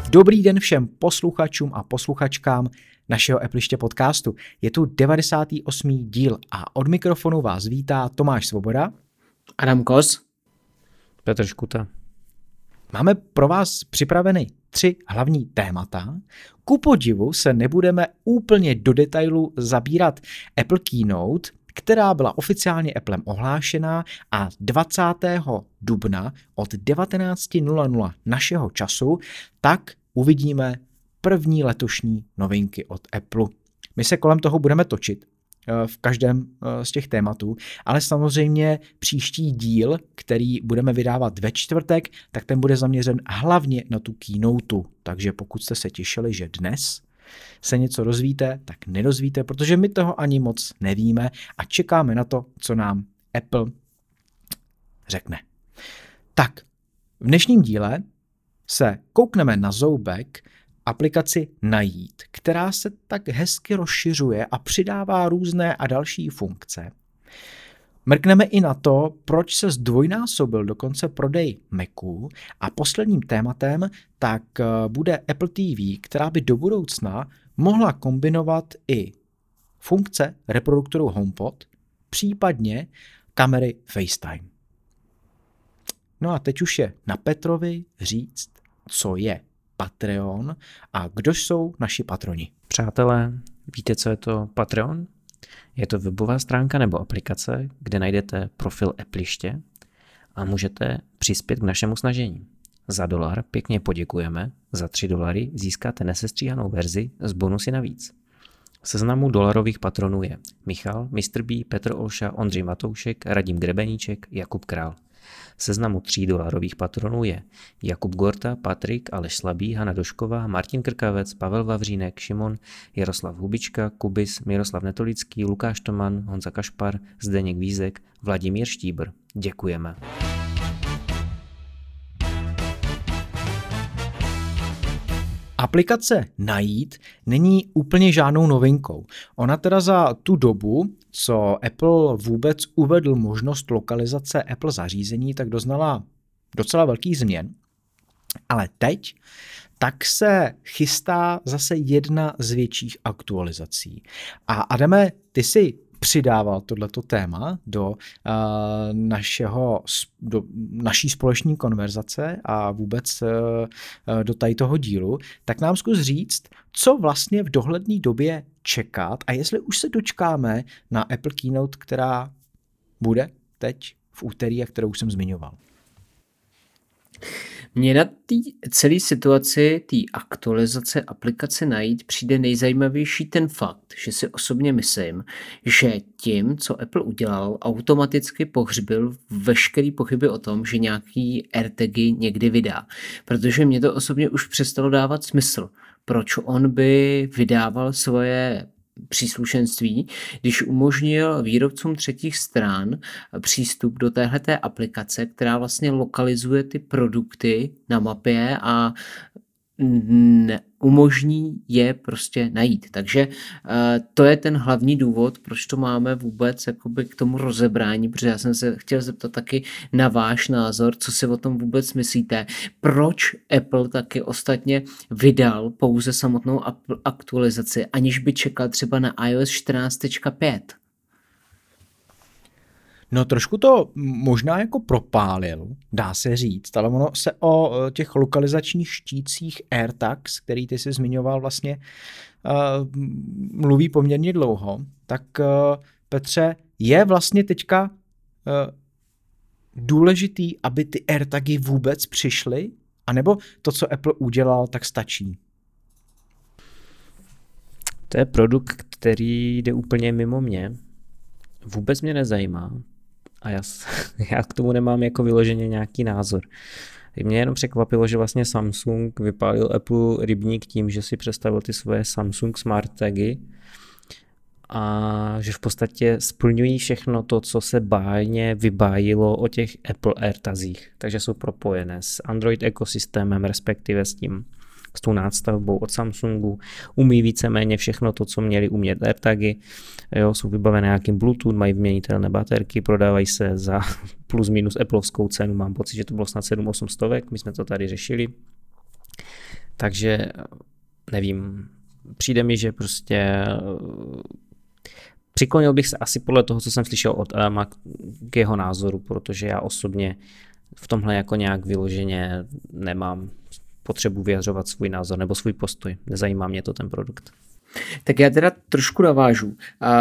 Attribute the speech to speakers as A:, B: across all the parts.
A: Dobrý den všem posluchačům a posluchačkám našeho Appleiště podcastu. Je tu 98. díl a od mikrofonu vás vítá Tomáš Svoboda,
B: Adam Kos,
C: Petr Škuta.
A: Máme pro vás připraveny 3 hlavní témata. Ku podivu se nebudeme úplně do detailu zabírat Apple Keynote, která byla oficiálně Applem ohlášená a 20. dubna od 19:00 našeho času, tak uvidíme první letošní novinky od Apple. My se kolem toho budeme točit v každém z těch tématů, ale samozřejmě příští díl, který budeme vydávat ve čtvrtek, tak ten bude zaměřen hlavně na tu keynote. Takže pokud jste se těšili, že dnes se něco dozvíte, tak nedozvíte, protože my toho ani moc nevíme a čekáme na to, co nám Apple řekne. Tak, v dnešním díle se koukneme na zoubek aplikaci Najít, která se tak hezky rozšiřuje a přidává různé a další funkce. Mrkneme i na to, proč se zdvojnásobil dokonce prodej Maců a posledním tématem tak bude Apple TV, která by do budoucna mohla kombinovat i funkce reproduktoru HomePod, případně kamery FaceTime. No a teď už je na Petrovi říct, co je Patreon a kdo jsou naši patroni.
C: Přátelé, víte, co je to Patreon? Je to webová stránka nebo aplikace, kde najdete profil Appleiště a můžete přispět k našemu snažení. Za $1 pěkně poděkujeme, za $3 získáte nesestříhanou verzi s bonusy navíc. V seznamu dolarových patronů je Michal, Mr. B, Petr Olša, Ondřej Matoušek, Radim Grebeníček, Jakub Král. V seznamu $3 patronů je Jakub Gorta, Patrik, Aleš Slabý, Hana Došková, Martin Krkavec, Pavel Vavřínek, Šimon, Jaroslav Hubička, Kubis, Miroslav Netolický, Lukáš Toman, Honza Kašpar, Zdeněk Vízek, Vladimír Štíbr. Děkujeme.
A: Aplikace Najít není úplně žádnou novinkou. Ona teda za tu dobu, co Apple vůbec uvedl možnost lokalizace Apple zařízení, tak doznala docela velkých změn. Ale teď tak se chystá zase jedna z větších aktualizací. A Adame, ty si přidával tohleto téma do naší společné konverzace a vůbec do tady toho dílu, tak nám zkus říct, co vlastně v dohledné době čekat a jestli už se dočkáme na Apple Keynote, která bude teď v úterý a kterou už jsem zmiňoval.
B: Mně na té celé situaci, té aktualizace aplikace Najít přijde nejzajímavější ten fakt, že si osobně myslím, že tím, co Apple udělal, automaticky pohřbil veškeré pochyby o tom, že nějaký AirTagy někdy vydá. Protože mě to osobně už přestalo dávat smysl. Proč on by vydával svoje příslušenství, když umožnil výrobcům třetích stran přístup do téhleté aplikace, která vlastně lokalizuje ty produkty na mapě a umožní je prostě najít. Takže to je ten hlavní důvod, proč to máme vůbec jakoby k tomu rozebrání, protože já jsem se chtěl zeptat taky na váš názor, co si o tom vůbec myslíte, proč Apple taky ostatně vydal pouze samotnou aktualizaci, aniž by čekal třeba na iOS 14.5.
A: No trošku to možná jako propálil, dá se říct, ale ono se o těch lokalizačních štících AirTags, který ty jsi zmiňoval vlastně, mluví poměrně dlouho. Tak Petře, je vlastně teďka důležitý, aby ty AirTagy vůbec přišly? A nebo to, co Apple udělal, tak stačí?
C: To je produkt, který jde úplně mimo mě. Vůbec mě nezajímá. A já k tomu nemám jako vyloženě nějaký názor. Mě jenom překvapilo, že vlastně Samsung vypálil Apple rybník tím, že si představil ty svoje Samsung Smart Tagy a že v podstatě splňují všechno to, co se bájně vybájilo o těch Apple AirTazích. Takže jsou propojené s Android ekosystémem, respektive s tou nástavbou od Samsungu, umí víceméně všechno to, co měli umět AirTagy, jo, jsou vybavené nějakým Bluetooth, mají vyměnitelné baterky, prodávají se za plus minus Appleovskou cenu, mám pocit, že to bylo snad 7-8 stovek, my jsme to tady řešili. Takže nevím, přijde mi, že prostě přiklonil bych se asi podle toho, co jsem slyšel od Adama k jeho názoru, protože já osobně v tomhle jako nějak vyloženě nemám potřebu vyjadřovat svůj názor nebo svůj postoj. Nezajímá mě to ten produkt.
B: Tak já teda trošku navážu.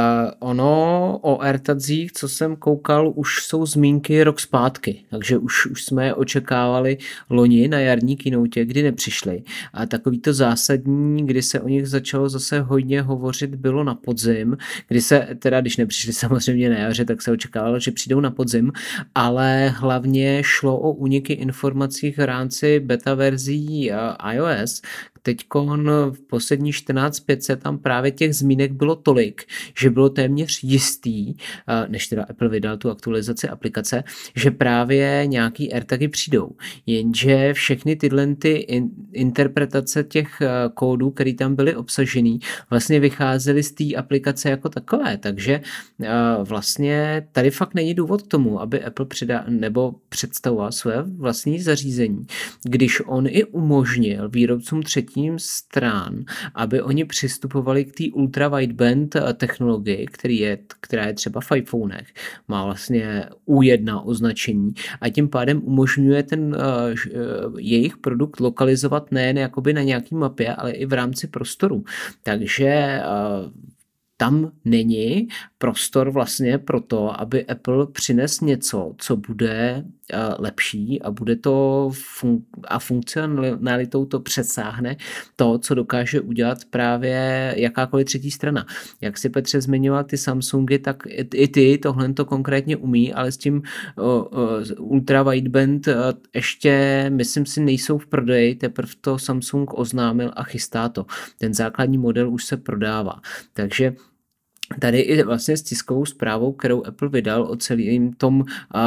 B: Ono o AirTagsích, co jsem koukal, už jsou zmínky rok zpátky, takže už jsme je očekávali loni na jarní keynote, kdy nepřišli. A takový to zásadní, kdy se o nich začalo zase hodně hovořit, bylo na podzim, kdy se teda, když nepřišli samozřejmě na jaře, tak se očekávalo, že přijdou na podzim, ale hlavně šlo o úniky informací v rámci beta verzí iOS. Teďkon v poslední 14.5 tam právě těch zmínek bylo tolik, že bylo téměř jistý, než teda Apple vydal tu aktualizaci aplikace, že právě nějaký AirTagy přijdou. Jenže všechny tyhle interpretace těch kódů, které tam byly obsažený, vlastně vycházely z té aplikace jako takové. Takže vlastně tady fakt není důvod k tomu, aby Apple představoval své vlastní zařízení, když on i umožnil výrobcům třetím stran, aby oni přistupovali k té ultra wideband technologii, která je třeba v iPhonech. Má vlastně U1 označení a tím pádem umožňuje ten jejich produkt lokalizovat nejen jakoby na nějaký mapě, ale i v rámci prostoru. Takže tam není prostor vlastně pro to, aby Apple přines něco, co bude lepší a bude to funkcionalitou to přesáhne to, co dokáže udělat právě jakákoliv třetí strana. Jak si Petře zmiňoval ty Samsungy, tak i ty tohle to konkrétně umí, ale s tím ultra wideband ještě, myslím si, nejsou v prodeji, teprve to Samsung oznámil a chystá to. Ten základní model už se prodává. Takže tady i vlastně s tiskovou zprávou, kterou Apple vydal o celém tom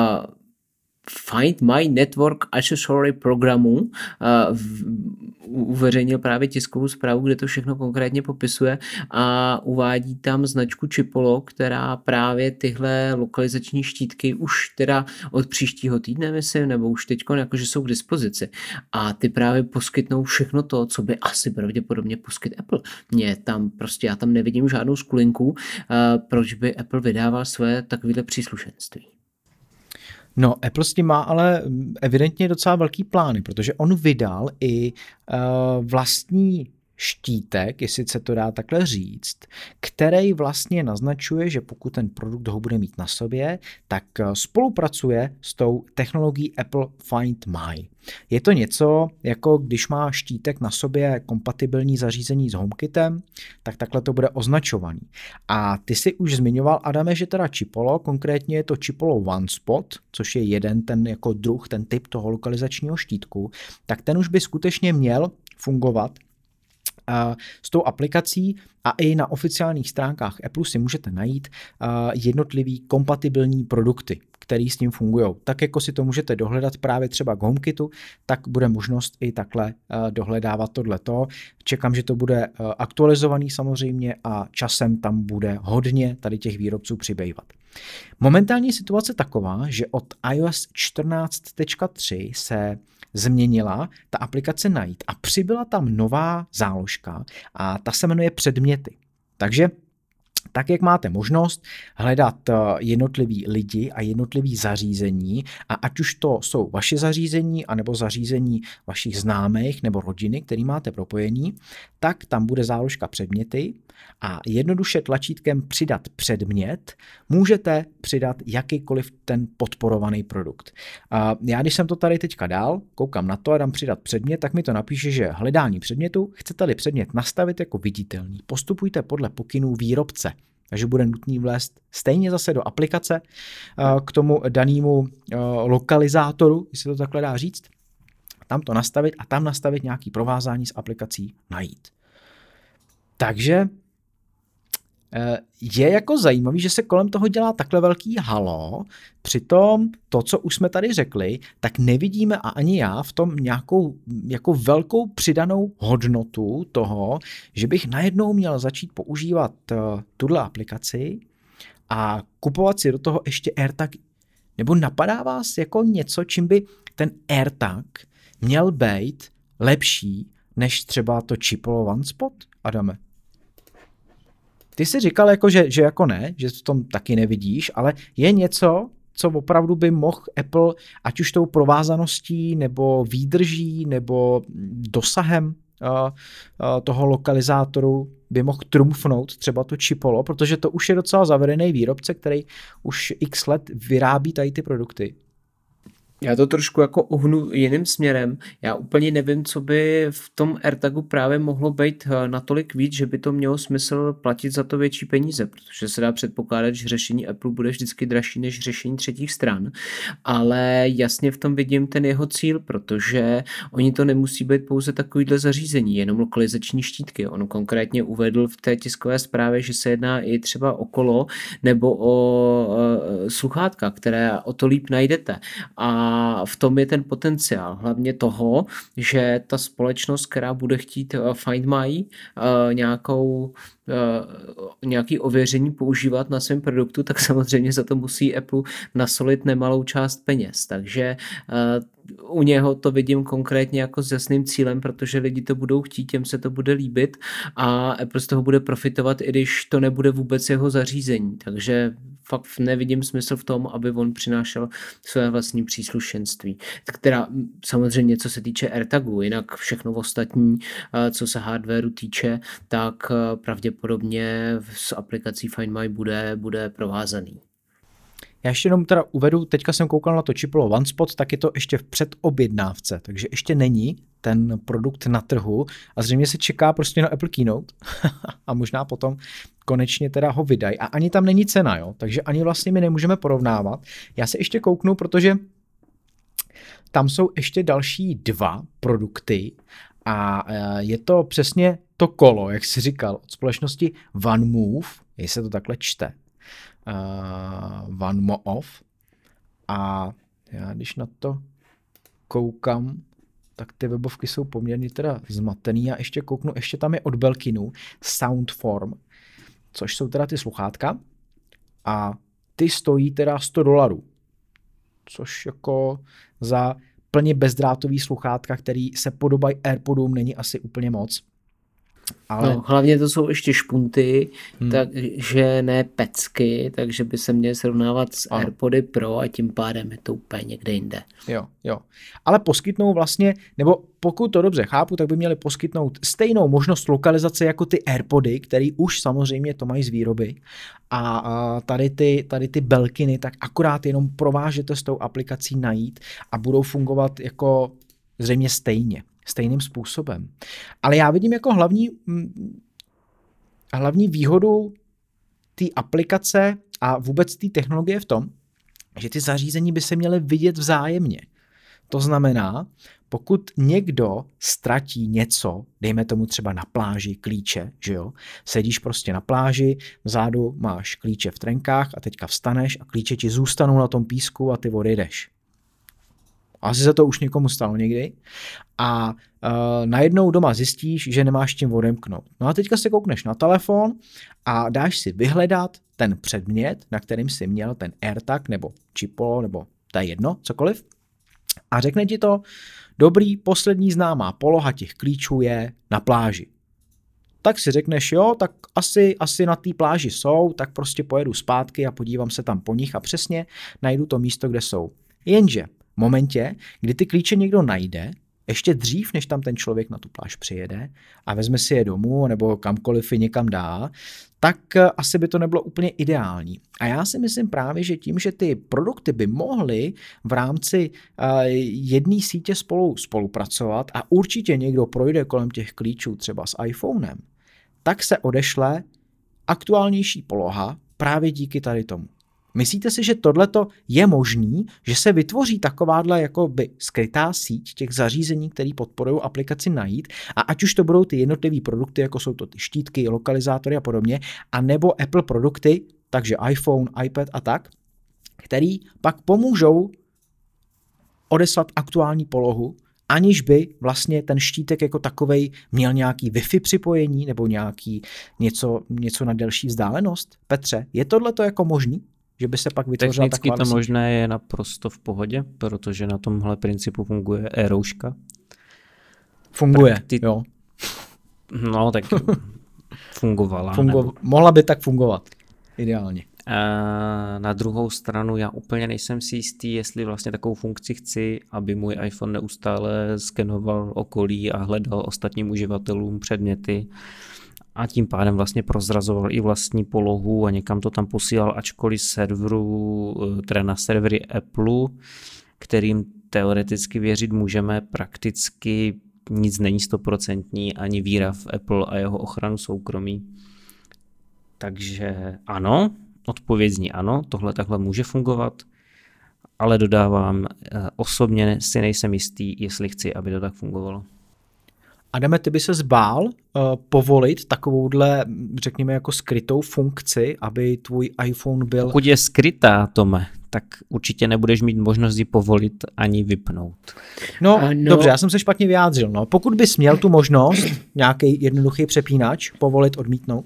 B: Find My Network Accessory programu, uveřejnil právě tiskovou zprávu, kde to všechno konkrétně popisuje a uvádí tam značku Chipolo, která právě tyhle lokalizační štítky už teda od příštího týdne, myslím, nebo už teďko jakože jsou k dispozici. A ty právě poskytnou všechno to, co by asi pravděpodobně poskyt Apple. Já tam nevidím žádnou skulinku, proč by Apple vydával své takovéhle příslušenství.
A: No, Apple s tím má ale evidentně docela velký plány, protože on vydal i vlastní štítek, jestli se to dá takhle říct, který vlastně naznačuje, že pokud ten produkt ho bude mít na sobě, tak spolupracuje s tou technologií Apple Find My. Je to něco, jako když má štítek na sobě kompatibilní zařízení s HomeKitem, tak takhle to bude označovaný. A ty si už zmiňoval, Adame, že teda Chipolo, konkrétně je to Chipolo OneSpot, což je jeden ten jako druh, ten typ toho lokalizačního štítku, tak ten už by skutečně měl fungovat s tou aplikací a i na oficiálních stránkách Apple si můžete najít jednotlivý kompatibilní produkty, které s tím fungují. Tak jako si to můžete dohledat právě třeba k HomeKitu, tak bude možnost i takhle dohledávat tohleto. Čekám, že to bude aktualizovaný samozřejmě a časem tam bude hodně tady těch výrobců přibývat. Momentální je situace taková, že od iOS 14.3 se změnila ta aplikace Najít a přibyla tam nová záložka a ta se jmenuje Předměty. Takže tak, jak máte možnost hledat jednotlivý lidi a jednotlivý zařízení a ať už to jsou vaše zařízení anebo zařízení vašich známých nebo rodiny, který máte propojení, tak tam bude záložka Předměty a jednoduše tlačítkem Přidat předmět můžete přidat jakýkoliv ten podporovaný produkt. Já když jsem to tady teďka dal, koukám na to a dám Přidat předmět, tak mi to napíše, že hledání předmětu, chcete-li předmět nastavit jako viditelný, postupujte podle pokynů výrobce. Takže bude nutný vlézt stejně zase do aplikace k tomu danému lokalizátoru, jestli to takhle dá říct, tam to nastavit a tam nastavit nějaký provázání s aplikací Najít. Takže je jako zajímavý, že se kolem toho dělá takhle velký halo, přitom to, co už jsme tady řekli, tak nevidíme a ani já v tom nějakou jako velkou přidanou hodnotu toho, že bych najednou měl začít používat tuhle aplikaci a kupovat si do toho ještě AirTag. Nebo napadá vás jako něco, čím by ten AirTag měl být lepší než třeba to Chipolo OneSpot, Adame? Ty jsi říkal, jako, že jako ne, že v tom taky nevidíš, ale je něco, co opravdu by mohl Apple, ať už tou provázaností, nebo výdrží, nebo dosahem toho lokalizátoru by mohl trumfnout třeba to Chipolo, protože to už je docela zavedený výrobce, který už x let vyrábí tady ty produkty.
B: Já to trošku jako ohnu jiným směrem. Já úplně nevím, co by v tom AirTagu právě mohlo být natolik víc, že by to mělo smysl platit za to větší peníze, protože se dá předpokládat, že řešení Apple bude vždycky dražší než řešení třetích stran, ale jasně v tom vidím ten jeho cíl, protože oni to nemusí být pouze takovýhle zařízení, jenom lokalizační štítky. On konkrétně uvedl v té tiskové zprávě, že se jedná i třeba o kolo nebo o sluchátka, které o to líp najdete. A v tom je ten potenciál, hlavně toho, že ta společnost, která bude chtít Find My nějaký ověření používat na svém produktu, tak samozřejmě za to musí Apple nasolit nemalou část peněz. Takže u něho to vidím konkrétně jako s jasným cílem, protože lidi to budou chtít, těm se to bude líbit a Apple z toho bude profitovat, i když to nebude vůbec jeho zařízení. Takže fakt nevidím smysl v tom, aby on přinášel své vlastní příslušenství. Která samozřejmě, co se týče AirTagu, jinak všechno ostatní, co se hardwareu týče, tak pravděpodobně s aplikací Find My bude provázaný.
A: Já ještě jenom teda uvedu, teďka jsem koukal na to Chipolo OneSpot, tak je to ještě v předobjednávce, takže ještě není ten produkt na trhu a zřejmě se čeká prostě na Apple Keynote a možná potom konečně teda ho vydají a ani tam není cena, jo? Takže ani vlastně my nemůžeme porovnávat. Já se ještě kouknu, protože tam jsou ještě další 2 produkty a je to přesně to kolo, jak jsi říkal, od společnosti OneMove, jestli se to takhle čte, OneMove, a já když na to koukám, tak ty webovky jsou poměrně teda zmatený a ještě kouknu, ještě tam je od Belkinu Soundform, což jsou teda ty sluchátka a ty stojí teda $100, což jako za plně bezdrátový sluchátka, který se podobají AirPodům, není asi úplně moc. Ale...
B: No, hlavně to jsou ještě špunty, takže ne pecky, takže by se měly srovnávat s AirPody Pro a tím pádem je to úplně někde jinde.
A: Jo. Ale poskytnou vlastně, nebo pokud to dobře chápu, tak by měli poskytnout stejnou možnost lokalizace jako ty AirPody, který už samozřejmě to mají z výroby. A tady ty Belkiny, tak akorát jenom provážete s tou aplikací najít a budou fungovat jako zřejmě stejným způsobem. Ale já vidím jako hlavní výhodu té aplikace a vůbec té technologie v tom, že ty zařízení by se měly vidět vzájemně. To znamená, pokud někdo ztratí něco, dejme tomu třeba na pláži klíče, že jo, sedíš prostě na pláži, vzadu máš klíče v trenkách a teďka vstaneš a klíče ti zůstanou na tom písku a ty odejdeš. Asi se to už někomu stalo někdy a najednou doma zjistíš, že nemáš tím odemknout. No a teďka se koukneš na telefon a dáš si vyhledat ten předmět, na kterým jsi měl ten AirTag nebo Chipolo, nebo to je jedno, cokoliv, a řekne ti to, dobrý, poslední známá poloha těch klíčů je na pláži. Tak si řekneš, jo, tak asi na té pláži jsou, tak prostě pojedu zpátky a podívám se tam po nich a přesně najdu to místo, kde jsou. Jenže v momentě, kdy ty klíče někdo najde, ještě dřív, než tam ten člověk na tu pláž přijede a vezme si je domů nebo kamkoliv je někam dá, tak asi by to nebylo úplně ideální. A já si myslím právě, že tím, že ty produkty by mohly v rámci jedné sítě spolupracovat a určitě někdo projde kolem těch klíčů třeba s iPhonem, tak se odešle aktuálnější poloha právě díky tady tomu. Myslíte si, že tohleto je možný, že se vytvoří takováhle jakoby skrytá síť těch zařízení, které podporují aplikaci najít a ať už to budou ty jednotlivé produkty, jako jsou to ty štítky, lokalizátory a podobně, a nebo Apple produkty, takže iPhone, iPad a tak, který pak pomůžou odeslat aktuální polohu, aniž by vlastně ten štítek jako takovej měl nějaký Wi-Fi připojení nebo něco na delší vzdálenost? Petře, je tohleto jako možný? Že by se pak vytvořila
C: technicky to možné je naprosto v pohodě, protože na tomhle principu funguje e-rouška.
A: Funguje, jo.
C: No, tak fungovala.
A: Mohla by tak fungovat, ideálně.
C: Na druhou stranu já úplně nejsem si jistý, jestli vlastně takovou funkci chci, aby můj iPhone neustále skenoval okolí a hledal ostatním uživatelům předměty a tím pádem vlastně prozrazoval i vlastní polohu a někam to tam posílal, ačkoliv teda na servery Apple, kterým teoreticky věřit můžeme, prakticky nic není 100%, ani víra v Apple a jeho ochranu soukromí. Takže ano, odpověď zní ano, tohle takhle může fungovat, ale dodávám, osobně si nejsem jistý, jestli chci, aby to tak fungovalo.
A: Adame, ty by se zbál povolit takovouhle, řekněme, jako skrytou funkci, aby tvůj iPhone byl...
C: Pokud je skrytá, Tome, tak určitě nebudeš mít možnost ji povolit ani vypnout.
A: No, dobře, já jsem se špatně vyjádřil. No. Pokud bys měl tu možnost, nějaký jednoduchý přepínač, povolit, odmítnout?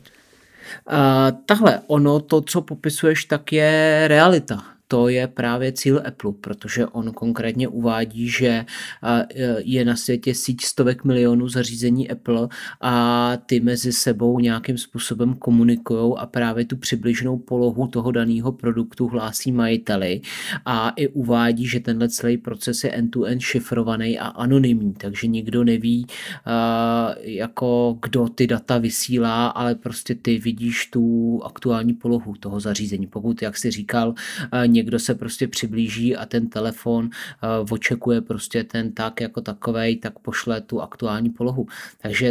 B: Tahle, to, co popisuješ, tak je realita. To je právě cíl Apple, protože on konkrétně uvádí, že je na světě síť stovek milionů zařízení Apple a ty mezi sebou nějakým způsobem komunikujou a právě tu přibližnou polohu toho daného produktu hlásí majiteli a i uvádí, že tenhle celý proces je end-to-end šifrovaný a anonymní, takže nikdo neví, jako kdo ty data vysílá, ale prostě ty vidíš tu aktuální polohu toho zařízení. Pokud, jak jsi říkal, někdo se prostě přiblíží a ten telefon očekuje prostě ten tak jako takovej, tak pošle tu aktuální polohu. Takže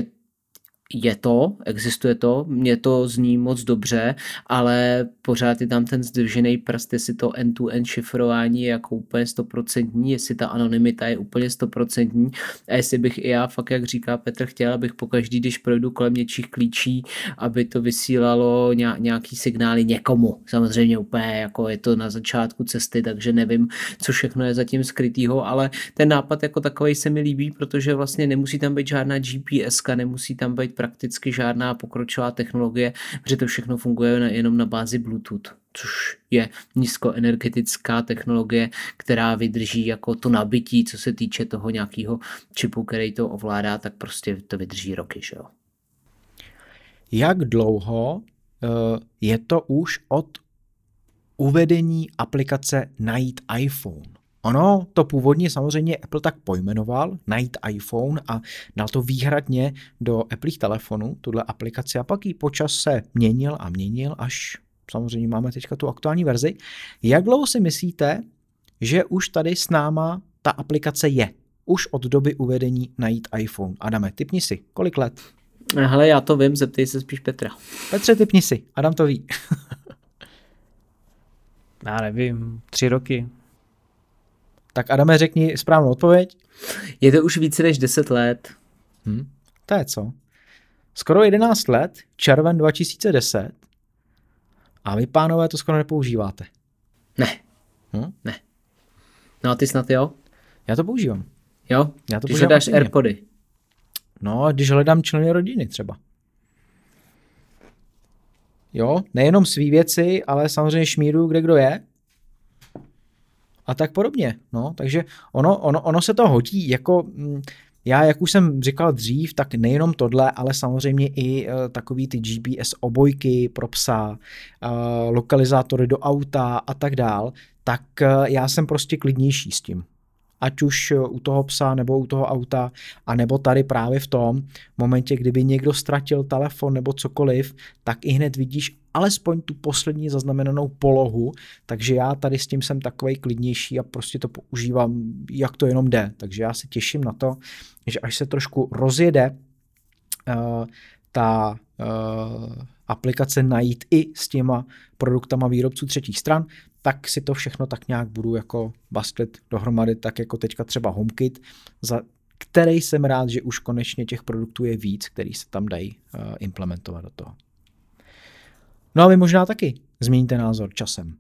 B: existuje to, mně to zní moc dobře, ale pořád je tam ten zdržený prst, jestli to end-to-end šifrování je jako úplně 100%, jestli ta anonymita je úplně 100% a jestli bych i já fakt, jak říká Petr, chtěl, abych pokaždý, když projdu kolem něčích klíčí, aby to vysílalo nějaký signály někomu. Samozřejmě úplně jako je to na začátku cesty, takže nevím, co všechno je zatím skrytýho, ale ten nápad jako takovej se mi líbí, protože vlastně nemusí tam být žádná GPSka, nemusí tam být prakticky žádná pokročilá technologie, protože to všechno funguje jenom na bázi Bluetooth, což je nízkoenergetická technologie, která vydrží jako to nabití, co se týče toho nějakého čipu, který to ovládá, tak prostě to vydrží roky, že jo.
A: Jak dlouho je to už od uvedení aplikace Najít iPhone? Ono to původně samozřejmě Apple tak pojmenoval, Najít iPhone, a dal to výhradně do Appleích telefonů, tuhle aplikaci, a pak ji počas se měnil, až samozřejmě máme teďka tu aktuální verzi. Jak dlouho si myslíte, že už tady s náma ta aplikace je? Už od doby uvedení Najít iPhone. Adame, tipni si, kolik let?
B: Hele, já to vím, zeptej se spíš Petra.
A: Petře, tipni si, Adam to ví.
C: Já nevím, 3 roky.
A: Tak Adame, řekni správnou odpověď.
B: Je to už více než 10 let.
A: To je co? Skoro 11 let, červen 2010. A vy, pánové, to skoro nepoužíváte.
B: Ne. Ne. No a ty snad jo?
A: Já to používám.
B: Jo?
A: Já to
B: když hledáš AirPody.
A: No, když hledám členy rodiny třeba. Jo, nejenom svý věci, ale samozřejmě šmíru, kde kdo je. A tak podobně. No, takže ono se to hodí, jako já, jak už jsem říkal dřív, tak nejenom tohle, ale samozřejmě i takový ty GPS obojky pro psa, lokalizátory do auta a tak dál, tak já jsem prostě klidnější s tím. Ať už u toho psa nebo u toho auta, a nebo tady právě v tom momentě, kdyby někdo ztratil telefon nebo cokoliv, tak i hned vidíš alespoň tu poslední zaznamenanou polohu, takže já tady s tím jsem takovej klidnější a prostě to používám, jak to jenom jde. Takže já se těším na to, že až se trošku rozjede ta aplikace Najít i s těma produktama výrobců třetích stran, tak si to všechno tak nějak budu jako bastlit dohromady, tak jako teďka třeba HomeKit, za který jsem rád, že už konečně těch produktů je víc, který se tam dají implementovat do toho. No a vy možná taky změníte názor časem.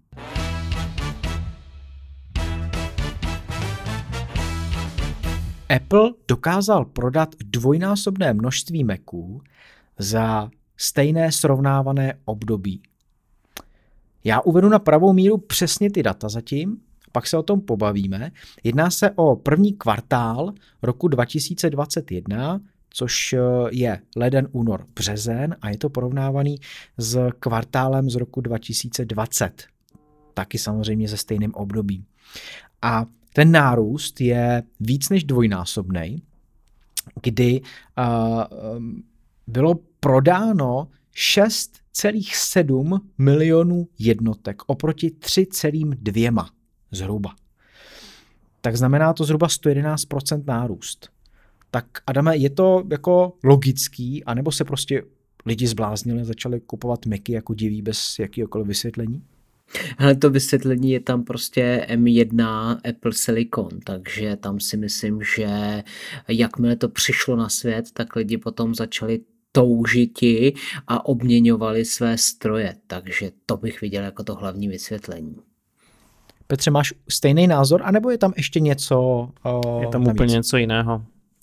A: Apple dokázal prodat dvojnásobné množství Maců za stejné srovnávané období. Já uvedu na pravou míru přesně ty data zatím, pak se o tom pobavíme. Jedná se o první kvartál roku 2021, což je leden, únor, březen a je to porovnávaný s kvartálem z roku 2020. Taky samozřejmě se stejným obdobím. A ten nárůst je víc než dvojnásobný, kdy bylo prodáno 6,7 milionů jednotek oproti 3,2 zhruba. Tak znamená to zhruba 111% nárůst. Tak Adame, je to jako logický, anebo se prostě lidi zbláznili a začali kupovat Macy jako diví bez jakýhokoliv vysvětlení?
B: Hele, to vysvětlení je tam prostě M1 Apple Silicon, takže tam si myslím, že jakmile to přišlo na svět, tak lidi potom začali toužiti a obměňovali své stroje, takže to bych viděl jako to hlavní vysvětlení.
A: Petře, máš stejný názor, anebo je tam ještě něco
C: Je tam
A: navíc?
C: úplně něco jiného.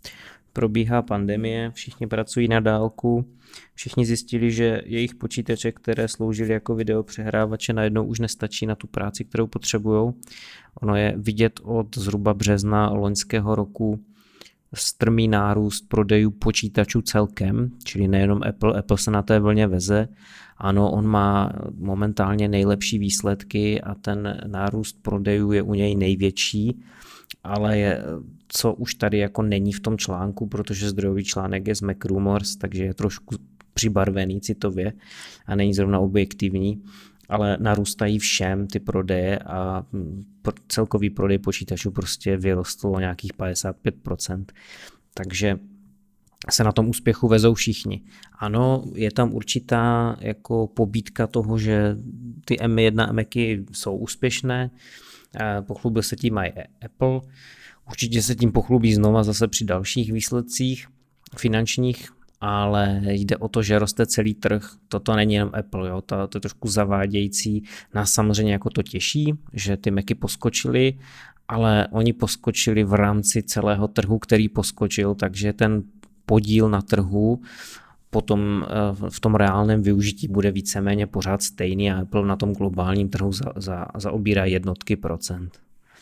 C: Probíhá pandemie, všichni pracují na dálku, všichni zjistili, že jejich počítače, které sloužily jako videopřehrávače, najednou už nestačí na tu práci, kterou potřebujou. Ono je vidět od zhruba března loňského roku strmý nárůst prodejů počítačů celkem, čili nejenom Apple se na té vlně veze. Ano, on má momentálně nejlepší výsledky a ten nárůst prodejů je u něj největší, ale co už tady jako není v tom článku, protože zdrojový článek je z Mac Rumors, takže je trošku přibarvený citově a není zrovna objektivní, ale narůstají všem ty prodeje a celkový prodej počítačů prostě vyrostl o nějakých 55%. Takže se na tom úspěchu vezou všichni. Ano, je tam určitá jako pobídka toho, že ty M1 Macy jsou úspěšné, pochlubil se tím i Apple, určitě se tím pochlubí znova zase při dalších výsledcích finančních, ale jde o to, že roste celý trh, toto není jenom Apple, jo? To je trošku zavádějící, nás samozřejmě jako to těší, že ty Macy poskočily, ale oni poskočili v rámci celého trhu, který poskočil, takže ten podíl na trhu potom v tom reálném využití bude víceméně pořád stejný a Apple na tom globálním trhu zaobírá jednotky procent.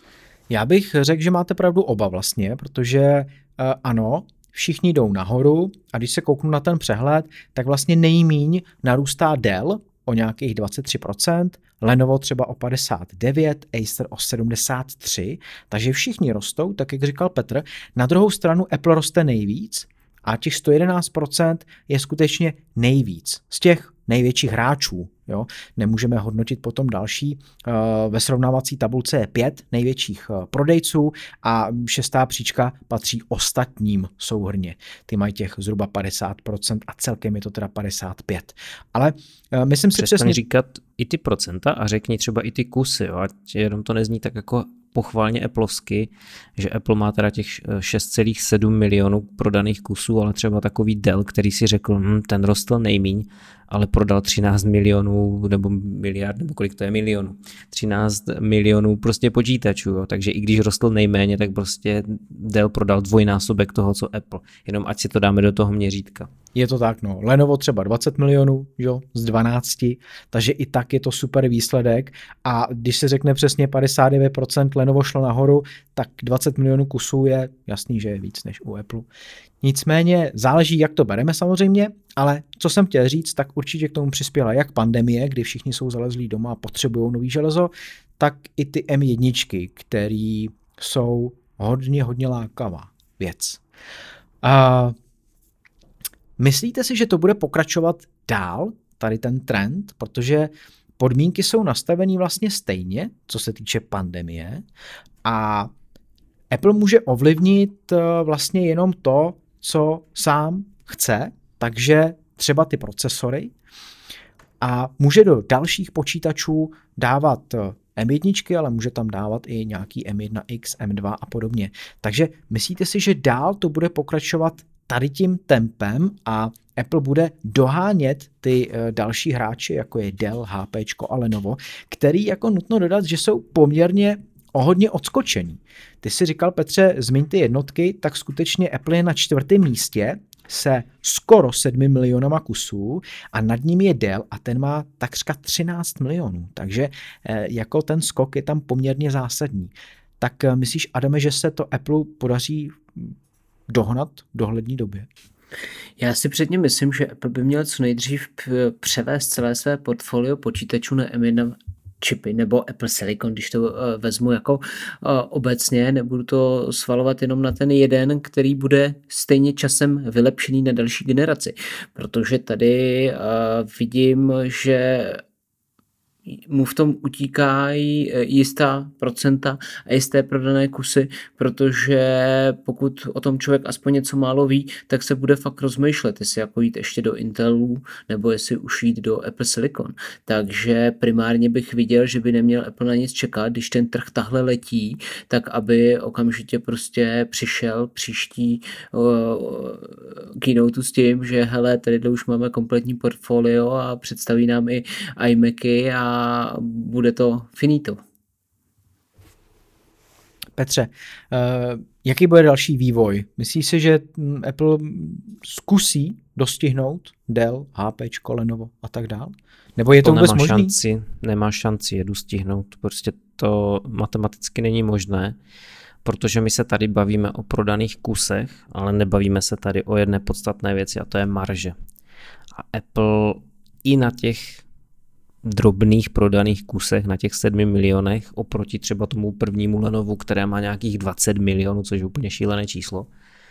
A: Já bych řekl, že máte pravdu oba vlastně, protože ano, všichni jdou nahoru a když se kouknu na ten přehled, tak vlastně nejmíň narůstá Dell o nějakých 23%, Lenovo třeba o 59%, Acer o 73%, takže všichni rostou, tak jak říkal Petr. Na druhou stranu Apple roste nejvíc a těch 111% je skutečně nejvíc z těch největších hráčů. Jo? Nemůžeme hodnotit potom další. Ve srovnávací tabulce je 5 největších prodejců a 6. příčka patří ostatním souhrně. Ty mají těch zhruba 50% a celkem je to teda 55%. Ale myslím si přesně
C: říkat i ty procenta a řekni třeba i ty kusy, jo? Ať jenom to nezní tak jako pochválně applovsky, že Apple má teda těch 6,7 milionů prodaných kusů, ale třeba takový Dell, který si řekl, ten rostl nejmíň, ale prodal 13 milionů nebo miliard, nebo kolik to je milionů. 13 milionů prostě počítačů, jo. Takže i když rostl nejméně, tak prostě Dell prodal dvojnásobek toho, co Apple. Jenom ať si to dáme do toho měřítka.
A: Je to tak, no. Lenovo třeba 20 milionů, jo, z 12, takže i tak je to super výsledek a když se řekne přesně 59% Lenovo šlo nahoru, tak 20 milionů kusů je jasný, že je víc než u Apple. Nicméně záleží, jak to bereme samozřejmě, ale co jsem chtěl říct, tak určitě k tomu přispěla jak pandemie, kdy všichni jsou zalezlí doma a potřebují nový železo, tak i ty M1, které jsou hodně lákavá věc. Myslíte si, že to bude pokračovat dál, tady ten trend, protože podmínky jsou nastavený vlastně stejně, co se týče pandemie a Apple může ovlivnit vlastně jenom to, co sám chce, takže třeba ty procesory a může do dalších počítačů dávat M1, ale může tam dávat i nějaký M1X, M2 a podobně. Takže myslíte si, že dál to bude pokračovat tady tím tempem a Apple bude dohánět ty další hráči, jako je Dell, HP a Lenovo, který jako nutno dodat, že jsou poměrně hodně odskočený. Ty si říkal, Petře, zmiň ty jednotky, tak skutečně Apple je na 4. místě se skoro 7 milionama kusů a nad ním je Dell a ten má takřka 13 milionů. Takže jako ten skok je tam poměrně zásadní. Tak myslíš, Adame, že se to Apple podaří dohnat v dohledné době?
B: Já si předně myslím, že Apple by měl co nejdřív převést celé své portfolio počítačů na M1 čipy nebo Apple Silicon, když to vezmu jako obecně, nebudu to svalovat jenom na ten jeden, který bude stejně časem vylepšený na další generaci, protože tady vidím, že mu v tom utíkají jistá procenta a jisté prodané kusy, protože pokud o tom člověk aspoň něco málo ví, tak se bude fakt rozmýšlet, jestli jako jít ještě do Intelu, nebo jestli už jít do Apple Silicon. Takže primárně bych viděl, že by neměl Apple na nic čekat, když ten trh tahle letí, tak aby okamžitě prostě přišel příští keynote s tím, že hele, tady už máme kompletní portfolio a představí nám i iMacy a bude to finito.
A: Petře, jaký bude další vývoj? Myslíš si, že Apple zkusí dostihnout Dell, HP, Lenovo a tak dále? Nebo je to vůbec možný?
C: Nemá šanci je dostihnout. Prostě to matematicky není možné, protože my se tady bavíme o prodaných kusech, ale nebavíme se tady o jedné podstatné věci a to je marže. A Apple i na těch drobných prodaných kusech, na těch 7 milionech, oproti třeba tomu prvnímu Lenovu, které má nějakých 20 milionů, což je úplně šílené číslo,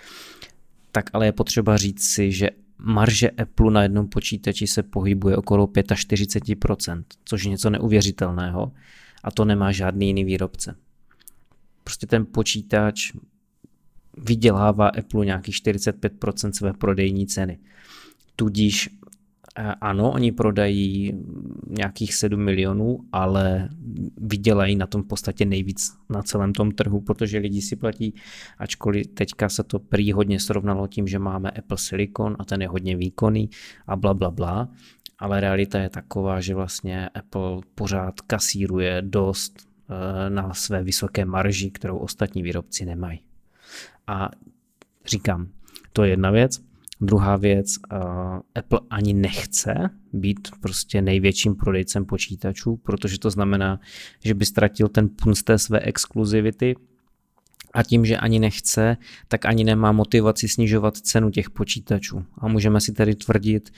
C: tak ale je potřeba říct si, že marže Apple na jednom počítači se pohybuje okolo 45%, což je něco neuvěřitelného a to nemá žádný jiný výrobce. Prostě ten počítač vydělává Apple nějakých 45% své prodejní ceny. Tudíž ano, oni prodají nějakých 7 milionů, ale vydělají na tom v podstatě nejvíc na celém tom trhu, protože lidi si platí, ačkoliv teďka se to prý hodně srovnalo tím, že máme Apple Silicon a ten je hodně výkonný a bla, bla, bla, ale realita je taková, že vlastně Apple pořád kasíruje dost na své vysoké marži, kterou ostatní výrobci nemají. A říkám, to je jedna věc. Druhá věc, Apple ani nechce být prostě největším prodejcem počítačů, protože to znamená, že by ztratil ten punc té své exkluzivity a tím, že ani nechce, tak ani nemá motivaci snižovat cenu těch počítačů. A můžeme si tady tvrdit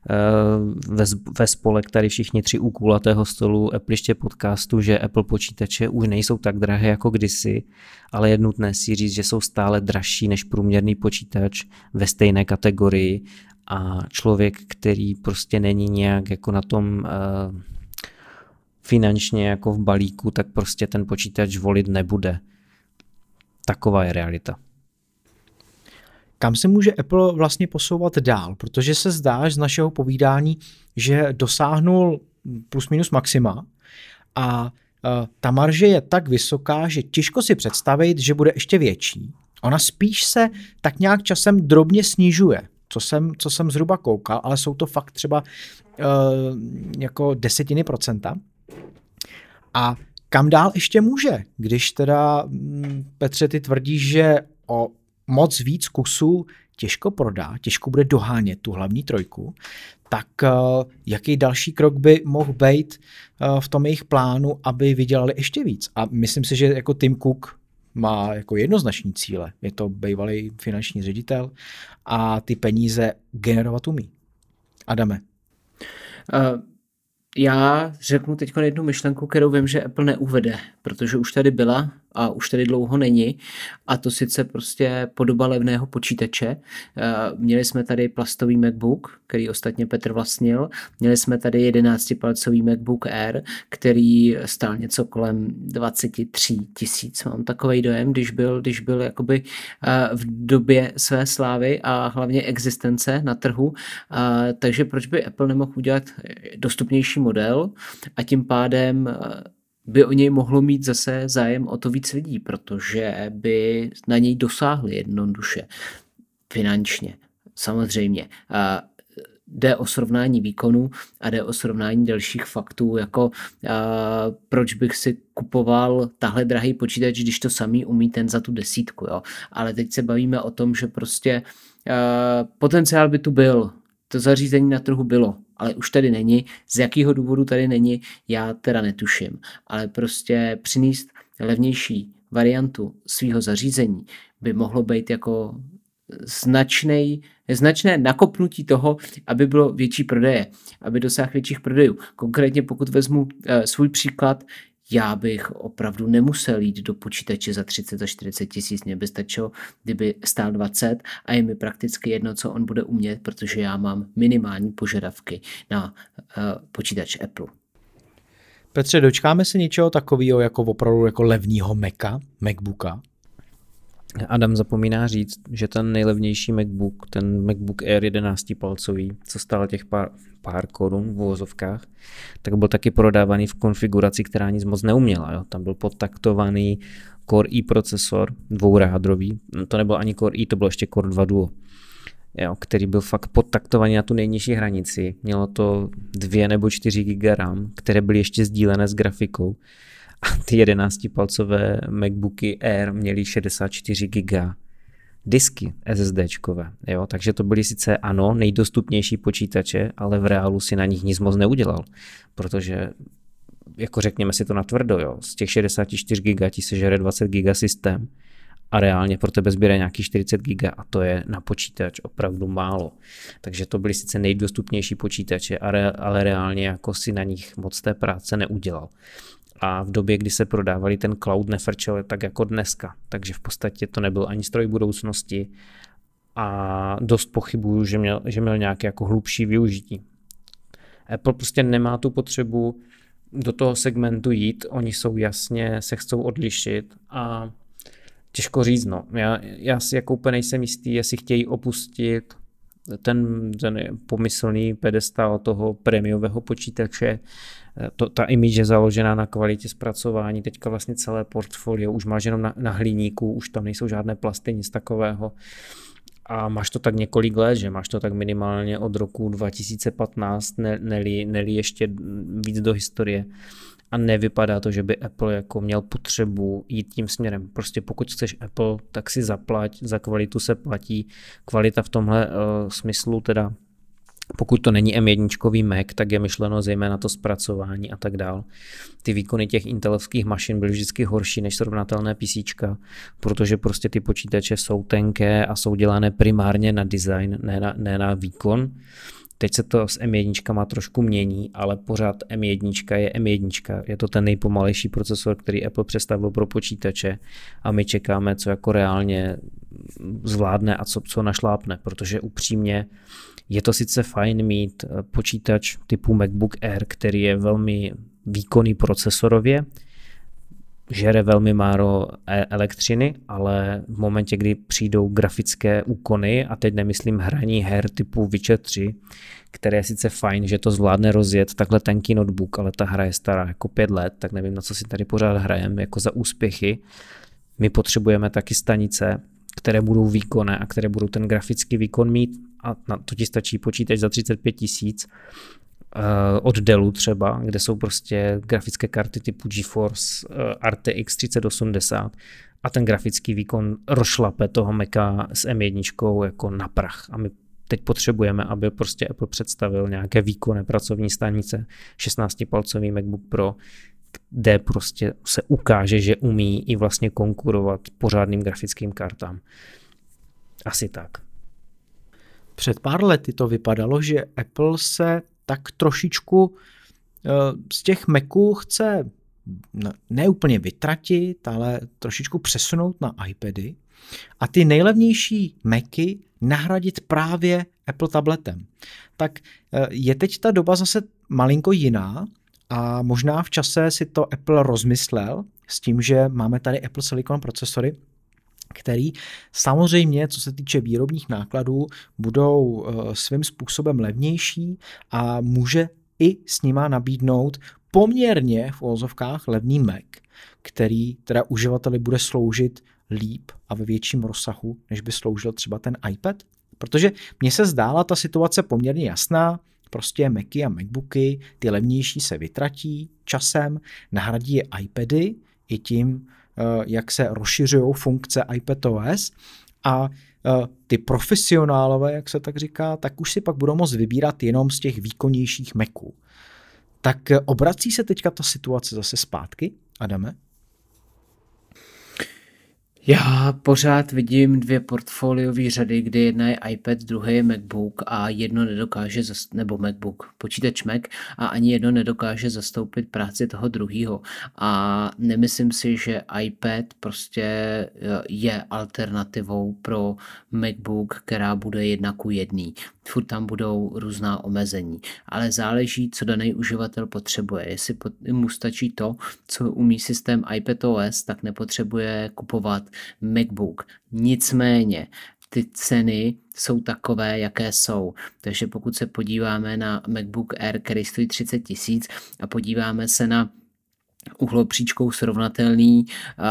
C: ve spolek tady všichni tři u kulatého stolu Appleiště podcastu, že Apple počítače už nejsou tak drahé jako kdysi, ale je nutné si říct, že jsou stále dražší než průměrný počítač ve stejné kategorii a člověk, který prostě není nějak jako na tom finančně jako v balíku, tak prostě ten počítač volit nebude. Taková je realita.
A: Kam se může Apple vlastně posouvat dál? Protože se zdá z našeho povídání, že dosáhnul plus minus maxima a ta marže je tak vysoká, že těžko si představit, že bude ještě větší. Ona spíš se tak nějak časem drobně snižuje, co jsem zhruba koukal, ale jsou to fakt třeba jako 10%. A kam dál ještě může, když teda, Petře, ty tvrdíš, že o moc víc kusů těžko prodá, těžko bude dohánět tu hlavní trojku, tak jaký další krok by mohl být v tom jejich plánu, aby vydělali ještě víc? A myslím si, že jako Tim Cook má jako jednoznačný cíle. Je to bývalý finanční ředitel a ty peníze generovat umí. Adame.
B: Já řeknu teď jednu myšlenku, kterou vím, že Apple neuvede, protože už tady byla a už tady dlouho není, a to sice prostě podoba levného počítače. Měli jsme tady plastový MacBook, který ostatně Petr vlastnil, měli jsme tady 11-palcový MacBook Air, který stál něco kolem 23 tisíc, mám takovej dojem, když byl jakoby v době své slávy a hlavně existence na trhu, takže proč by Apple nemohl udělat dostupnější model a tím pádem by o něj mohlo mít zase zájem o to víc lidí, protože by na něj dosáhli jednoduše finančně. Samozřejmě. jde o srovnání výkonu a jde o srovnání dalších faktů, jako proč bych si kupoval tahle drahý počítač, když to samý umí ten za tu 10. Jo. Ale teď se bavíme o tom, že prostě potenciál by tu byl, to zařízení na trhu bylo, ale už tady není. Z jakého důvodu tady není, já teda netuším. Ale prostě přinést levnější variantu svého zařízení by mohlo být jako značné nakopnutí toho, aby bylo větší prodeje, aby dosáhl větších prodejů. Konkrétně pokud vezmu svůj příklad, já bych opravdu nemusel jít do počítače za 30 až 40 tisíc, mě by stačilo, kdyby stál 20 a je mi prakticky jedno, co on bude umět, protože já mám minimální požadavky na počítač Apple.
A: Petře, dočkáme se něčeho takového jako opravdu jako levného MacBooka?
C: Adam zapomíná říct, že ten nejlevnější MacBook, ten MacBook Air 11-palcový, co stál těch pár korun v uvozovkách, tak byl taky prodávaný v konfiguraci, která nic moc neuměla. Jo? Tam byl podtaktovaný Core i procesor, dvourádrový, to nebyl ani Core i, to bylo ještě Core 2 Duo, jo, který byl fakt podtaktovaný na tu nejnižší hranici. Mělo to 2 nebo 4 GB RAM, které byly ještě sdílené s grafikou. A ty 11-palcové MacBooky Air měly 64 GB disky SSDčkové. Jo? Takže to byly sice ano, nejdostupnější počítače, ale v reálu si na nich nic moc neudělal. Protože, jako řekněme si to natvrdo, jo? Z těch 64 GB ti sežere 20 GB systém a reálně pro tebe sbírá nějaký 40 GB a to je na počítač opravdu málo. Takže to byly sice nejdostupnější počítače, ale reálně jako si na nich moc té práce neudělal. A v době, kdy se prodávali, ten cloud nefrčel tak jako dneska. Takže v podstatě to nebyl ani stroj budoucnosti a dost pochybuju, že měl nějaké jako hlubší využití. Apple prostě nemá tu potřebu do toho segmentu jít, oni jsou jasně, se chcou odlišit a těžko říct, no. Já si jako úplně nejsem jistý, jestli chtějí opustit ten pomyslný pedestál toho prémiového počítače. Ta image je založená na kvalitě zpracování, teďka vlastně celé portfolio už máš jenom na hliníku, už tam nejsou žádné plasty, nic takového. A máš to tak několik let, že máš to tak minimálně od roku 2015, neli ještě víc do historie. A nevypadá to, že by Apple jako měl potřebu jít tím směrem. Prostě pokud chceš Apple, tak si zaplať, za kvalitu se platí. Kvalita v tomhle smyslu teda, pokud to není M1 Mac, tak je myšleno zejména to zpracování a tak dál. Ty výkony těch intelovských mašin byly vždycky horší než srovnatelné PCčka, protože prostě ty počítače jsou tenké a jsou dělané primárně na design, ne na výkon. Teď se to s M1 trošku mění, ale pořád M1 je M1. Je to ten nejpomalejší procesor, který Apple představil pro počítače a my čekáme, co jako reálně zvládne a co našlápne, protože upřímně je to sice fajn mít počítač typu MacBook Air, který je velmi výkonný procesorově, žere velmi málo elektřiny, ale v momentě, kdy přijdou grafické úkony, a teď nemyslím hraní her typu Witcher 3, které je sice fajn, že to zvládne rozjet takhle tenký notebook, ale ta hra je stará jako 5 let, tak nevím, na co si tady pořád hrajeme, jako za úspěchy. My potřebujeme taky stanice, které budou výkonné a které budou ten grafický výkon mít a na to ti stačí počítač za 35 000 od Dellu třeba, kde jsou prostě grafické karty typu GeForce RTX 3080 a ten grafický výkon rozšlape toho Maca s M1 jako na prach. A my teď potřebujeme, aby prostě Apple představil nějaké výkonné pracovní stanice, 16-palcový MacBook Pro, kde prostě se ukáže, že umí i vlastně konkurovat pořádným grafickým kartám. Asi tak.
A: Před pár lety to vypadalo, že Apple se tak trošičku z těch Maců chce ne úplně vytratit, ale trošičku přesunout na iPady a ty nejlevnější Macy nahradit právě Apple tabletem. Tak je teď ta doba zase malinko jiná a možná v čase si to Apple rozmyslel s tím, že máme tady Apple Silicon procesory, který samozřejmě, co se týče výrobních nákladů, budou svým způsobem levnější a může i s nima nabídnout poměrně v uvozovkách levný Mac, který teda uživateli bude sloužit líp a ve větším rozsahu, než by sloužil třeba ten iPad, Protože mně se zdála ta situace poměrně jasná, prostě Macy a Macbooky, ty levnější se vytratí časem, nahradí je iPady i tím, jak se rozšiřují funkce iPadOS a ty profesionálové, jak se tak říká, tak už si pak budou moct vybírat jenom z těch výkonnějších Maců. Tak obrací se teďka ta situace zase zpátky, Adame?
B: Já pořád vidím 2 portfoliové řady, kdy jedna je iPad, druhý je MacBook a jedno nedokáže, nebo MacBook, počítač Mac a ani jedno nedokáže zastoupit práci toho druhého. A nemyslím si, že iPad prostě je alternativou pro MacBook, která bude 1:1. Furt tam budou různá omezení, ale záleží, co daný uživatel potřebuje. Jestli mu stačí to, co umí systém iPadOS, tak nepotřebuje kupovat MacBook. Nicméně ty ceny jsou takové, jaké jsou. Takže pokud se podíváme na MacBook Air, který stojí 30 000 a podíváme se na uhlopříčkou srovnatelný